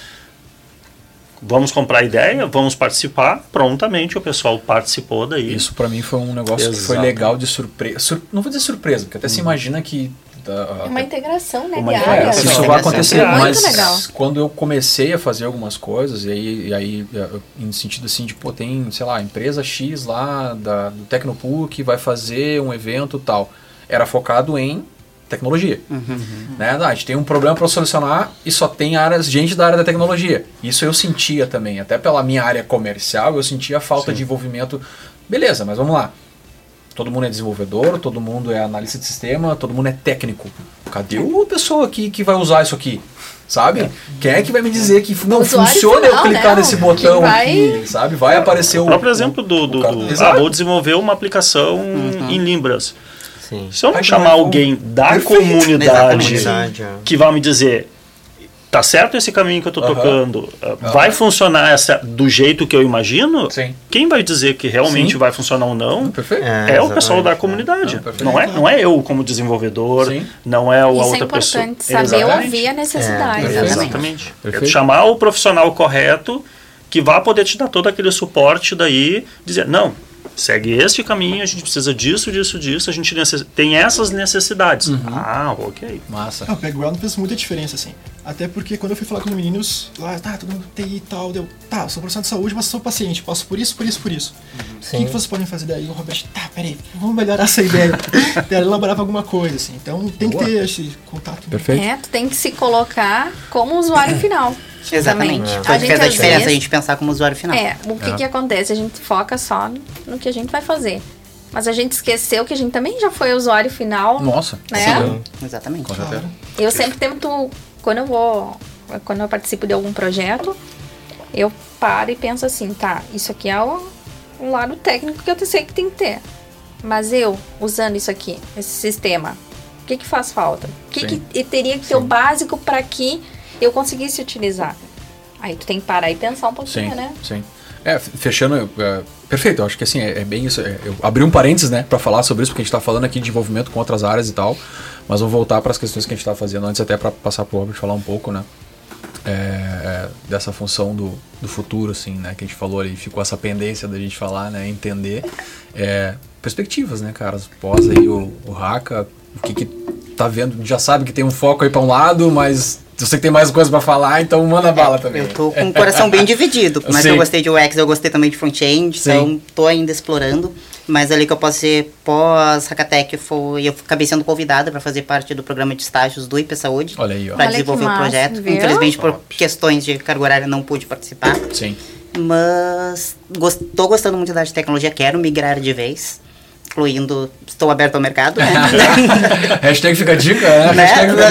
vamos comprar ideia, vamos participar, prontamente o pessoal participou daí. Isso para mim foi um negócio Exato. Que foi legal de surpresa, Sur... não vou dizer surpresa, porque até uhum. se imagina que É uma integração, né, uma diária. Isso integração. Vai acontecer, é mas legal. Quando eu comecei a fazer algumas coisas, e aí, e aí em sentido assim, de, pô, tem, sei lá, empresa X lá da, do Tecnopuc vai fazer um evento tal, era focado em tecnologia. Uhum. Né? A gente tem um problema para solucionar e só tem áreas, gente da área da tecnologia. Isso eu sentia também, até pela minha área comercial, eu sentia a falta Sim. de envolvimento. Beleza, mas vamos lá. Todo mundo é desenvolvedor, todo mundo é analista de sistema, todo mundo é técnico. Cadê o pessoal aqui que vai usar isso aqui? Sabe? É. Quem é que vai me dizer que não funciona eu clicar né? nesse botão vai... aqui? Sabe? Vai aparecer o... O próprio exemplo do... do, do, do ah, vou desenvolver uma aplicação uhum. em Libras. Sim. Se eu não Aí chamar alguém um... da Perfeito. Comunidade que vai me dizer... Tá certo esse caminho que eu tô uhum. tocando? Uhum. Vai funcionar essa, do jeito que eu imagino? Sim. Quem vai dizer que realmente Sim. vai funcionar ou não Perfeito. é, é o pessoal da comunidade. Não, não, é, não é eu como desenvolvedor, Sim. não é a Isso outra é pessoa. Saber Exatamente. Ouvir a necessidade. É, exatamente. É chamar o profissional correto que vai poder te dar todo aquele suporte daí, dizer, não, segue este caminho, a gente precisa disso, disso, disso, a gente necess... tem essas necessidades. Uhum. Ah, ok. Massa. Ah, o Background fez muita diferença, assim. Até porque quando eu fui falar com os meninos, lá, tá, todo mundo T I e tal, deu, tá, sou profissional de saúde, mas sou paciente, passo por isso, por isso, por isso. Uhum. O que, que vocês podem fazer daí? O Roberto, tá, peraí, vamos melhorar essa ideia. Daí elaborava alguma coisa, assim. Então tem Boa. Que ter esse contato. Perfeito. É, tu tem que se colocar como usuário final. Exatamente. É. Foi o que fez a diferença vezes, a gente pensar como usuário final. É, o que, é. que acontece? A gente foca só no que a gente vai fazer. Mas a gente esqueceu que a gente também já foi usuário final. Nossa, né? Sim. Exatamente. Claro. Eu sempre tento, quando eu vou, quando eu participo de algum projeto, eu paro e penso assim, tá, isso aqui é o, um lado técnico que eu sei que tem que ter. Mas eu, usando isso aqui, esse sistema, o que que faz falta? O que, que teria que ter o básico para que eu conseguisse utilizar? Aí tu tem que parar e pensar um pouquinho, sim, né? Sim. É, fechando, é, perfeito, eu acho que assim, é, é bem isso. É, eu abri um parênteses, né, pra falar sobre isso, porque a gente tá falando aqui de envolvimento com outras áreas e tal, mas vamos voltar para as questões que a gente tá fazendo antes, até para passar pro Robert falar um pouco, né, é, é, dessa função do, do futuro, assim, né, que a gente falou ali, ficou essa pendência da gente falar, né, entender é, perspectivas, né, cara, pós aí o, o Haka, o que que tá vendo, já sabe que tem um foco aí pra um lado, mas eu sei que tem mais coisa pra falar, então manda bala também. Eu tô com o coração bem dividido, mas Sim. eu gostei de U X, eu gostei também de front-end, então tô ainda explorando, mas ali que eu posso ser pós-Hakatech, foi, eu acabei sendo convidada para fazer parte do programa de estágios do I P Saúde. Olha aí, ó. Para desenvolver o projeto. Viu? Infelizmente, por Top. Questões de carga horária, não pude participar. Sim. Mas gost, tô gostando muito da área de tecnologia, quero migrar de vez. Incluindo, estou aberto ao mercado, né? Hashtag fica a dica, né? né? Hashtag fica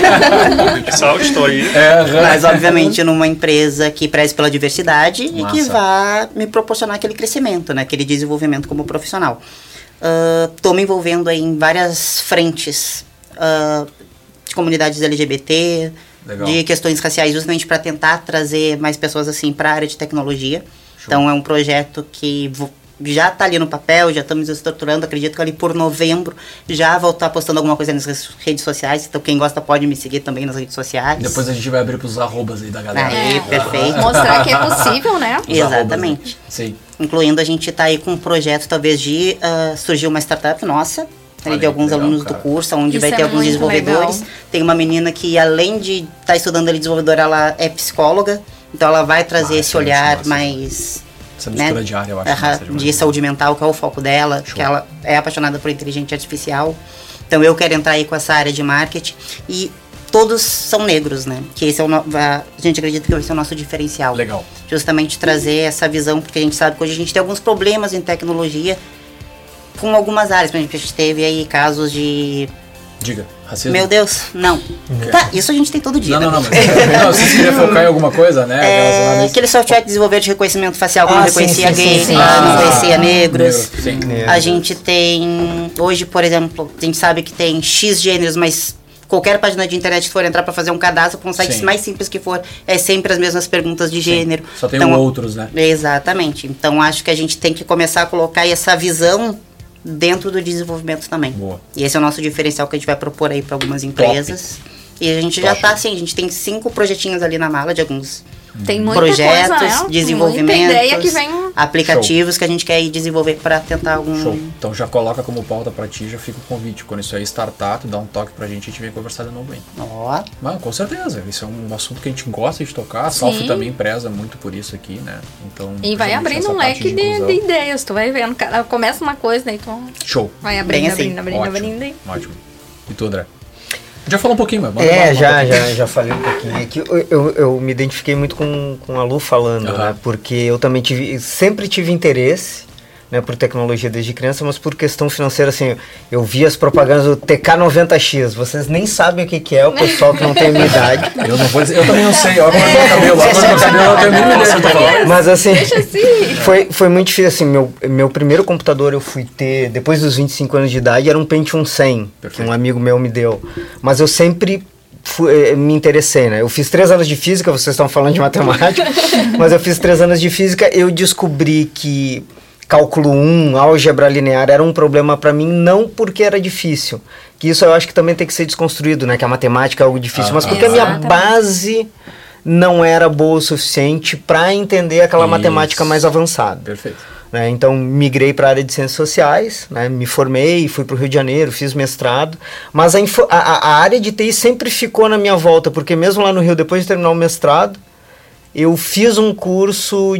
a dica. Pessoal, estou aí. É, mas, obviamente, numa empresa que preze pela diversidade Massa. E que vá me proporcionar aquele crescimento, né? Aquele desenvolvimento como profissional. Estou uh, me envolvendo aí em várias frentes uh, de comunidades L G B T, Legal. De questões raciais, justamente para tentar trazer mais pessoas assim para a área de tecnologia. Show. Então, é um projeto que... Vou, já está ali no papel, já estamos estruturando, acredito que ali por novembro já vou estar postando alguma coisa nas redes sociais, então quem gosta pode me seguir também nas redes sociais. Depois a gente vai abrir para os arrobas aí da galera. Aí, é, perfeito. Mostrar que é possível, né? Os Exatamente. Arrobas, Sim. Incluindo a gente tá aí com um projeto talvez de uh, surgir uma startup nossa, ali, de alguns legal, alunos cara. Do curso, onde Isso vai é ter alguns desenvolvedores. Legal. Tem uma menina que além de estar tá estudando ali desenvolvedora, ela é psicóloga, então ela vai trazer ah, esse olhar nossa. Mais... Essa mistura né? de área, eu acho. Uh-huh, de saúde mental, que é o foco dela, Show. Que ela é apaixonada por inteligência artificial. Então eu quero entrar aí com essa área de marketing. E todos são negros, né? Que esse é o no... a gente acredita que vai ser o nosso diferencial. Legal. Justamente trazer essa visão, porque a gente sabe que hoje a gente tem alguns problemas em tecnologia com algumas áreas. Por exemplo, a gente teve aí casos de... Diga, racismo? Meu Deus, não. Tá, isso a gente tem todo dia. Não, não, não. Mas, não, você queria focar em alguma coisa, né? É, aquele software que desenvolveu de reconhecimento facial, como ah, reconhecia gays, não ah, reconhecia negros. Negro, a gente tem, hoje, por exemplo, a gente sabe que tem X gêneros, mas qualquer página de internet que for entrar para fazer um cadastro, para um site Sim. mais simples que for, é sempre as mesmas perguntas de gênero. Só tem então, outros, né? Exatamente. Então, acho que a gente tem que começar a colocar essa visão dentro do desenvolvimento também. Boa. E esse é o nosso diferencial que a gente vai propor aí para algumas empresas. Top. E a gente Top. já tá assim, a gente tem cinco projetinhos ali na mala de alguns tem muita projetos, coisa, né? desenvolvimentos, muita ideia que vem... aplicativos Show. que a gente quer ir desenvolver para tentar algum... Show. Então já coloca como pauta pra ti, já fica o convite. Quando isso aí startar, tu dá um toque pra gente e a gente vem conversar de novo aí. Ó. Mas, com certeza, isso é um assunto que a gente gosta de tocar. A Salf também preza muito por isso aqui, né? Então, e vai abrindo um leque de, de, de ideias, tu vai vendo. Cara, começa uma coisa, daí tu Show. vai abrindo, Bem abrindo, assim. abrindo, Ótimo. abrindo, abrindo. Ótimo. E tu, André? Já falou um pouquinho, mas... É, já, já, já falei um pouquinho. É que eu, eu, eu me identifiquei muito com, com a Lu falando, Uhum. né? Porque eu também tive, sempre tive interesse, né, por tecnologia desde criança, mas por questão financeira, assim, eu vi as propagandas do T K noventa X, vocês nem sabem o que, que é, o pessoal que não tem a minha idade. Eu não vou dizer, eu também não sei, olha o meu cabelo, olha o meu cabelo, eu tenho mil milhões de falar. Mas assim, assim. Foi, foi muito difícil, assim, meu, meu primeiro computador eu fui ter, depois dos vinte e cinco anos de idade, era um Pentium cem, Perfeito. que um amigo meu me deu, mas eu sempre... Fui, me interessei, né? Eu fiz três anos de física, vocês estão falando de matemática, mas eu fiz três anos de física, eu descobri que cálculo um, álgebra linear era um problema para mim, não porque era difícil, que isso eu acho que também tem que ser desconstruído, né? Que a matemática é algo difícil, ah, mas porque exatamente. a minha base não era boa o suficiente para entender aquela isso. matemática mais avançada. Perfeito. Né? Então, migrei para a área de ciências sociais, né? Me formei, fui para o Rio de Janeiro, fiz mestrado, mas a, info, a, a área de T I sempre ficou na minha volta, porque mesmo lá no Rio, depois de terminar o mestrado, eu fiz um curso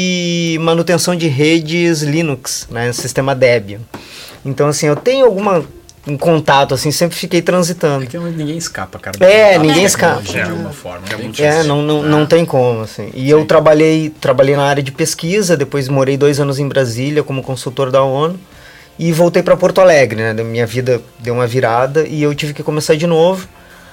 de manutenção de redes Linux, né? Sistema Debian. Então, assim, eu tenho alguma... um contato, assim, sempre fiquei transitando. É que ninguém escapa, cara. É, ninguém escapa. De alguma forma. É, é não, não, não tem como, assim. E Sim. eu trabalhei, trabalhei na área de pesquisa, depois morei dois anos em Brasília como consultor da ONU e voltei para Porto Alegre, né? Minha vida deu uma virada e eu tive que começar de novo.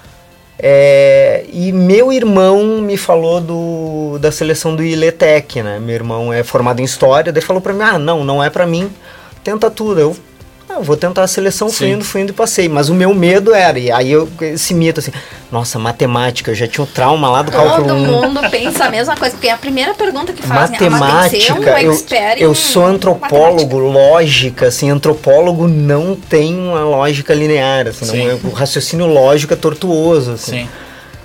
É, e meu irmão me falou do, da seleção do ILETEC, né? Meu irmão é formado em História, daí falou para mim, ah, não, não é para mim, tenta tudo. Eu Ah, vou tentar a seleção, fui indo, fui indo e passei. Mas o meu medo era, e aí eu, esse mito assim, nossa, matemática, eu já tinha um trauma lá do cálculo Todo um. mundo pensa a mesma coisa, porque é a primeira pergunta que fazem. Matemática, ah, um eu, eu sou antropólogo, lógica, assim, antropólogo não tem uma lógica linear, assim, não é, o raciocínio lógico é tortuoso, assim. Sim.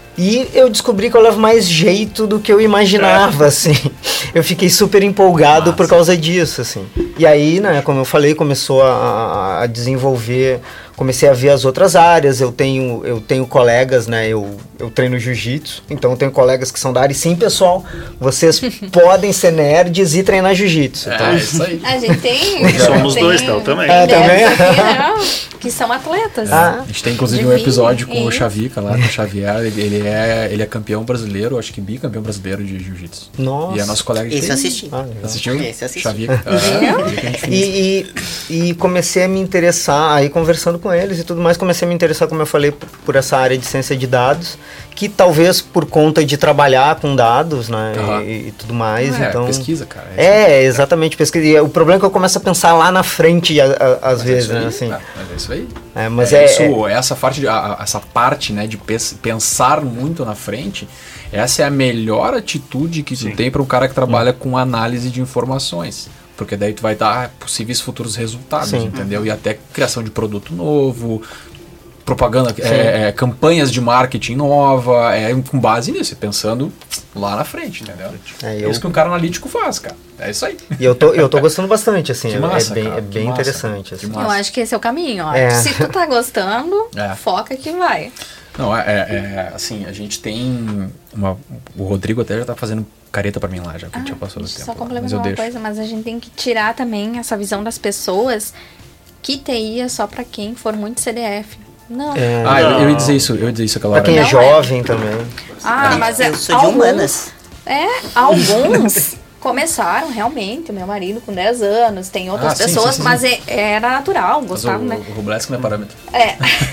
E eu descobri que eu levo mais jeito do que eu imaginava, é. assim. Eu fiquei super empolgado Nossa. por causa disso, assim. E aí, né, como eu falei, começou a, a desenvolver... Comecei a ver as outras áreas, eu tenho, eu tenho colegas, né, eu, eu treino jiu-jitsu, então eu tenho colegas que são da área, e sim, pessoal, vocês podem ser nerds e treinar jiu-jitsu. É, então. isso aí. A gente tem... Somos tem, dois, então, também. É, também. Aqui, né, que são atletas. Ah. A gente tem, inclusive, um episódio com e... o Xavica lá, com o Xavier, ele, ele, é, ele é campeão brasileiro, acho que bicampeão brasileiro de jiu-jitsu. Nossa. E é nosso colega de Esse eu assisti. Ah, Assistiu? Esse eu assisti. Xavica. Ah, e, e, e comecei a me interessar, aí conversando com eles e tudo mais, comecei a me interessar, como eu falei, por, por essa área de ciência de dados, que talvez por conta de trabalhar com dados, né, uhum. e, e tudo mais, é, então... pesquisa, cara. É, é exatamente, pesquisa. E o problema é que eu começo a pensar lá na frente, a, a, às mas vezes, é né, assim. É, mas é isso aí. É, mas é, é, isso, é... essa parte, de, a, essa parte, né, de pensar muito na frente, essa é a melhor atitude que Sim. tu tem para um cara que trabalha hum. com análise de informações. Porque daí tu vai dar possíveis futuros resultados, Sim. entendeu? E até criação de produto novo, propaganda, é, é, campanhas de marketing nova, é, com base nisso, pensando lá na frente, entendeu? É, eu... é isso que um cara analítico faz, cara. É isso aí. E eu tô, eu tô gostando bastante, assim, que massa, é bem, cara, é bem massa, interessante. Assim. Eu acho que esse é o caminho, ó. É. Se tu tá gostando, é. foca que vai. Não, é, é, assim, a gente tem uma, o Rodrigo até já tá fazendo careta pra mim lá, já que ah, já passou do tempo. Só complementar uma deixo. coisa, mas a gente tem que tirar também essa visão das pessoas que T I é só pra quem for muito C D F. Não. É, ah, eu, eu ia dizer isso, eu ia dizer isso aquela pra hora. Quem é Não jovem é. também. Ah, mas é, eu sou de alguns, humanas. É, alguns começaram realmente, o meu marido com dez anos, tem outras ah, sim, pessoas, sim, sim, mas sim. É, era natural, gostava, mas o, né? O Rublesk não é parâmetro. É.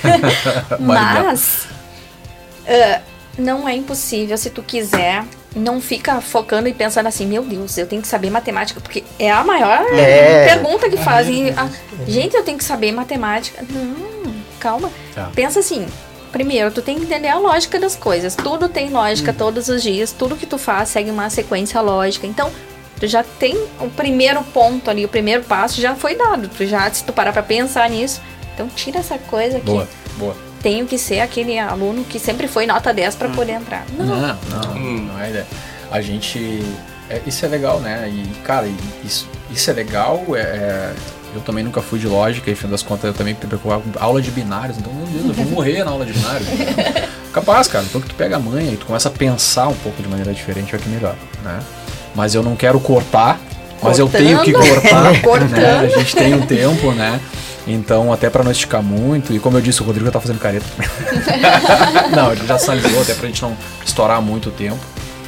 Mas uh, não é impossível, se tu quiser, não fica focando e pensando assim, meu Deus, eu tenho que saber matemática, porque é a maior é. pergunta que fazem. Ah, gente, eu tenho que saber matemática. Não, calma. Tá. Pensa assim, primeiro, tu tem que entender a lógica das coisas. Tudo tem lógica hum. todos os dias. Tudo que tu faz segue uma sequência lógica. Então, tu já tem o primeiro ponto ali, o primeiro passo já foi dado. Tu já, se tu parar pra pensar nisso, então tira essa coisa aqui. Boa, boa. Tenho que ser aquele aluno que sempre foi nota dez pra hum. poder entrar. Não, não, não, hum. não é ideia. A gente... É, isso é legal, né? E, cara, isso, isso é legal. É, é, eu também nunca fui de lógica, e, no fim das contas, eu também preocupava com aula de binários. Então, meu Deus, eu vou morrer na aula de binários. Capaz, cara. Então que tu pega a manha e tu começa a pensar um pouco de maneira diferente, é que melhor, né? Mas eu não quero cortar, mas Cortando. eu tenho que cortar. Né? A gente tem um tempo, né? Então, até pra não esticar muito, e como eu disse, o Rodrigo já tá fazendo careta. Não, ele já sinalizou, até pra gente não estourar muito o tempo.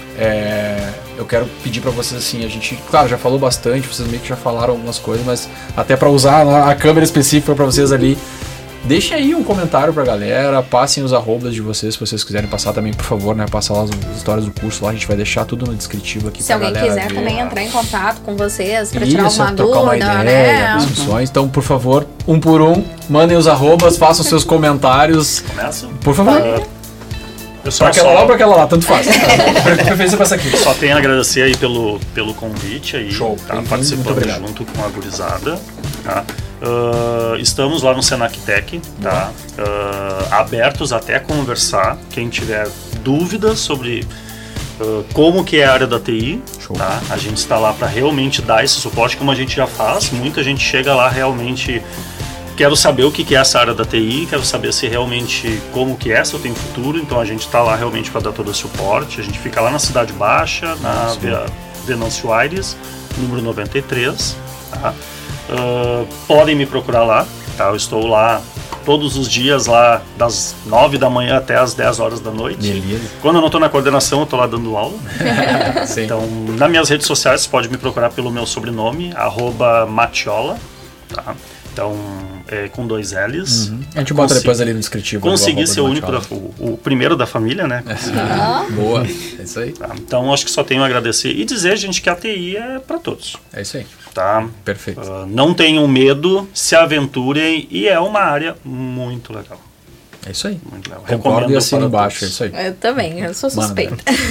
É, eu quero pedir pra vocês assim, a gente, claro, já falou bastante, vocês meio que já falaram algumas coisas, mas até pra usar a câmera específica pra vocês ali, deixem aí um comentário pra galera, passem os arrobas de vocês, se vocês quiserem passar também, por favor, né, passar lá as, as histórias do curso lá, a gente vai deixar tudo no descritivo aqui se pra galera. Se alguém quiser ver. também entrar em contato com vocês pra Isso, tirar uma trocar dúvida, uma ideia, né? discussões, então, por favor, um por um, mandem os arrobas, façam seus comentários. Começa? Por favor. Uh... Pra aquela só... lá ou pra aquela lá, tanto faz. Preferência pra essa aqui. Só tenho a agradecer aí pelo, pelo convite aí. Show. Tá participando junto com a gurizada. Tá? Uh, estamos lá no Senac Tech, tá? Uh, abertos até a conversar. Quem tiver dúvidas sobre uh, como que é a área da T I, tá? A gente está lá para realmente dar esse suporte, como a gente já faz. Muita gente chega lá realmente... Quero saber o que é essa área da T I, quero saber se realmente como que é, se eu tenho futuro, então a gente está lá realmente para dar todo o suporte. A gente fica lá na Cidade Baixa, na Venâncio Aires, número noventa e três. Tá? Uh, podem me procurar lá, tá? Eu estou lá todos os dias, lá das nove da manhã até as dez horas da noite. Beleza. Quando eu não estou na coordenação, eu estou lá dando aula. Então, nas minhas redes sociais, você pode me procurar pelo meu sobrenome, arroba Matiola, tá? Então, é, com dois L's. Uhum. A gente bota Consegui, depois ali no descritivo. Consegui ser o único, da, o, o primeiro da família, né? É. Boa, é isso aí. Tá, então, acho que só tenho a agradecer e dizer, gente, que a T I é para todos. É isso aí. Tá? Perfeito. Uh, não tenham medo, se aventurem e é uma área muito legal. É isso aí. Muito legal. Concordo e assino embaixo, é isso aí. Eu também, eu sou suspeita.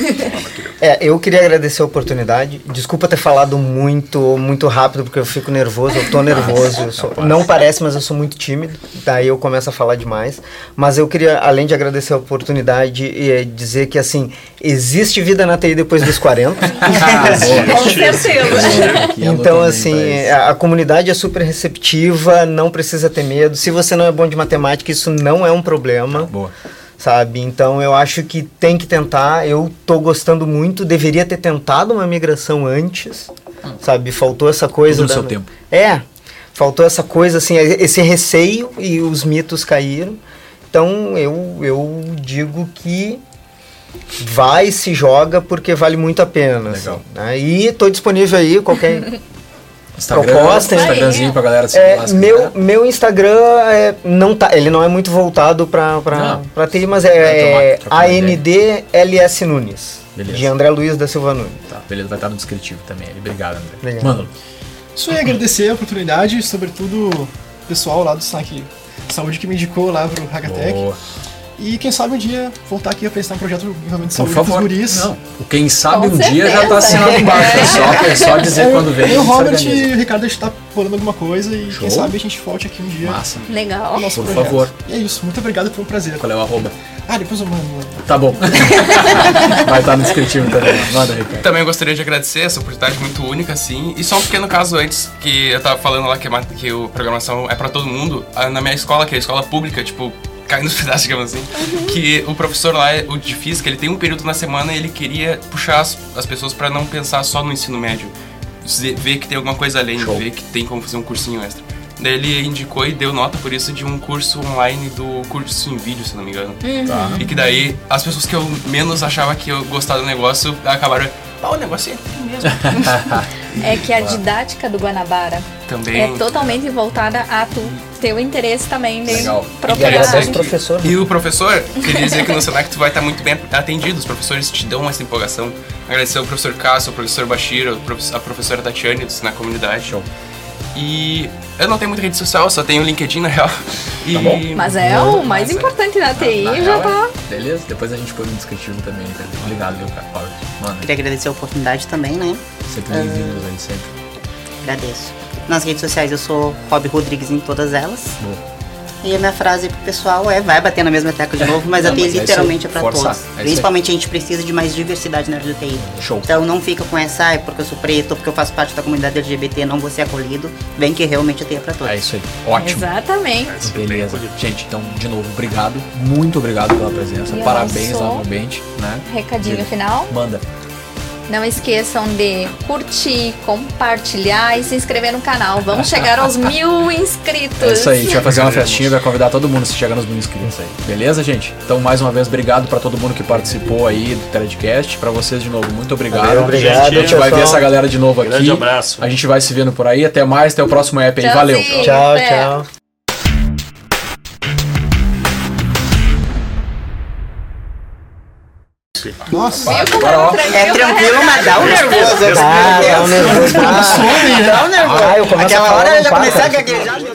É, eu queria agradecer a oportunidade. Desculpa ter falado muito, muito rápido, porque eu fico nervoso, eu tô nervoso. Eu sou, não parece, mas eu sou muito tímido, daí eu começo a falar demais. Mas eu queria, além de agradecer a oportunidade, é, dizer que, assim, existe vida na T I depois dos quarenta. Com certeza. Então, assim, a, a comunidade é super receptiva, não precisa ter medo. Se você não é bom de matemática, isso não é um problema. Boa. Sabe, então eu acho que tem que tentar. Eu tô gostando muito, deveria ter tentado uma migração antes, sabe, faltou essa coisa Tudo no da... seu tempo. É, faltou essa coisa assim, esse receio, e os mitos caíram. Então eu, eu digo que vai, se joga, porque vale muito a pena. Legal. Assim, né? E tô disponível aí, qualquer Instagram, proposta, Instagramzinho pra galera se é, meu, meu Instagram é, não tá, ele não é muito voltado pra, pra, pra T I, mas é, é A N D L S Nunes. Beleza. De André Luiz da Silva Nunes. Tá, beleza, vai estar no descritivo também. Obrigado, André. Legal. Mano. Só ia agradecer a oportunidade, sobretudo o pessoal lá do Senac Saúde que me indicou lá pro Hackatech. Boa. E quem sabe um dia voltar aqui a apresentar um projeto realmente de saúde Por favor. pros guris. Não, o quem sabe Com um certeza. dia já tá assinado embaixo. É só, é só dizer quando vem. Eu, o Robert e o Ricardo, a gente tá bolando alguma coisa e Show. quem sabe a gente volte aqui um dia. Massa. Legal. No nosso Por projeto. favor. E é isso, muito obrigado, foi um prazer. Qual é o arroba? Ah, depois eu mando. Tá bom. Vai estar no descritivo também. Manda, Ricardo. Também gostaria de agradecer essa oportunidade muito única, assim. E só um pequeno caso antes, que eu tava falando lá que, que o programação é pra todo mundo. Na minha escola, que é a escola pública, tipo, cai nos pedaços, digamos assim, uhum. que o professor lá, o de física, ele tem um período na semana e ele queria puxar as, as pessoas pra não pensar só no ensino médio. Ver que tem alguma coisa além, Show. Ver que tem como fazer um cursinho extra. Daí ele indicou e deu nota por isso de um curso online do curso em vídeo, se não me engano. Uhum. Tá. E que daí as pessoas que eu menos achava que eu gostava do negócio acabaram, pá, o negócio é mesmo. É que a didática do Guanabara também é totalmente voltada a tu ter o interesse também de Legal. procurar. E agradeço o professor. E o professor, queria dizer que no Senac tu vai estar muito bem atendido, os professores te dão essa empolgação. Agradecer ao professor Cássio, ao professor Bashir, a professora Tatiane do Senac Comunidade. Show. E eu não tenho muita rede social, só tenho o LinkedIn na real. E... Tá bom. Mas é o mais importante na T I, Na já real, tá. é. Beleza, depois a gente põe no descritivo também. Tá? Obrigado, viu, cara? Mano, Queria agradecer a oportunidade também, né? sempre bem-vindos aí, sempre. Agradeço. Nas redes sociais eu sou Rob Rodrigues em todas elas. Boa. E a minha frase pro pessoal é, vai bater na mesma tecla de novo, mas Não, a T I mas é literalmente é isso pra aí. Forçar, todos. é isso aí. Principalmente a gente precisa de mais diversidade na área da T I. Show. Então não fica com essa, ah, porque eu sou preto, porque eu faço parte da comunidade L G B T, não vou ser acolhido. Vem que realmente a T I é pra todos. É isso aí. Ótimo. Exatamente. Vai ser bem Beleza. acolhido. Gente, então, de novo, obrigado. Muito obrigado pela presença. E Parabéns eu sou- novamente, né? Recadinho Diga. final. Manda. Não esqueçam de curtir, compartilhar e se inscrever no canal. Vamos chegar aos mil inscritos. É isso aí, a gente vai fazer uma Queremos. festinha, vai convidar todo mundo se chegar nos mil inscritos aí. Beleza, gente? Então, mais uma vez, obrigado pra todo mundo que participou aí do Teledcast. Pra vocês, de novo, muito obrigado. Valeu, obrigado, A gente vai ver pessoal. essa galera de novo aqui. Grande abraço. A gente vai se vendo por aí. Até mais, até o próximo app aí. Valeu. Tchauzinho. Tchau, É. tchau. Nossa. Viu como Agora, ó. era tranquilo? É tranquilo, mas dá um nervoso. Ah, dá um nervoso. Dá um nervoso. Ah, eu começo a Aquela falar, hora eu não já para. comecei a gaguejar.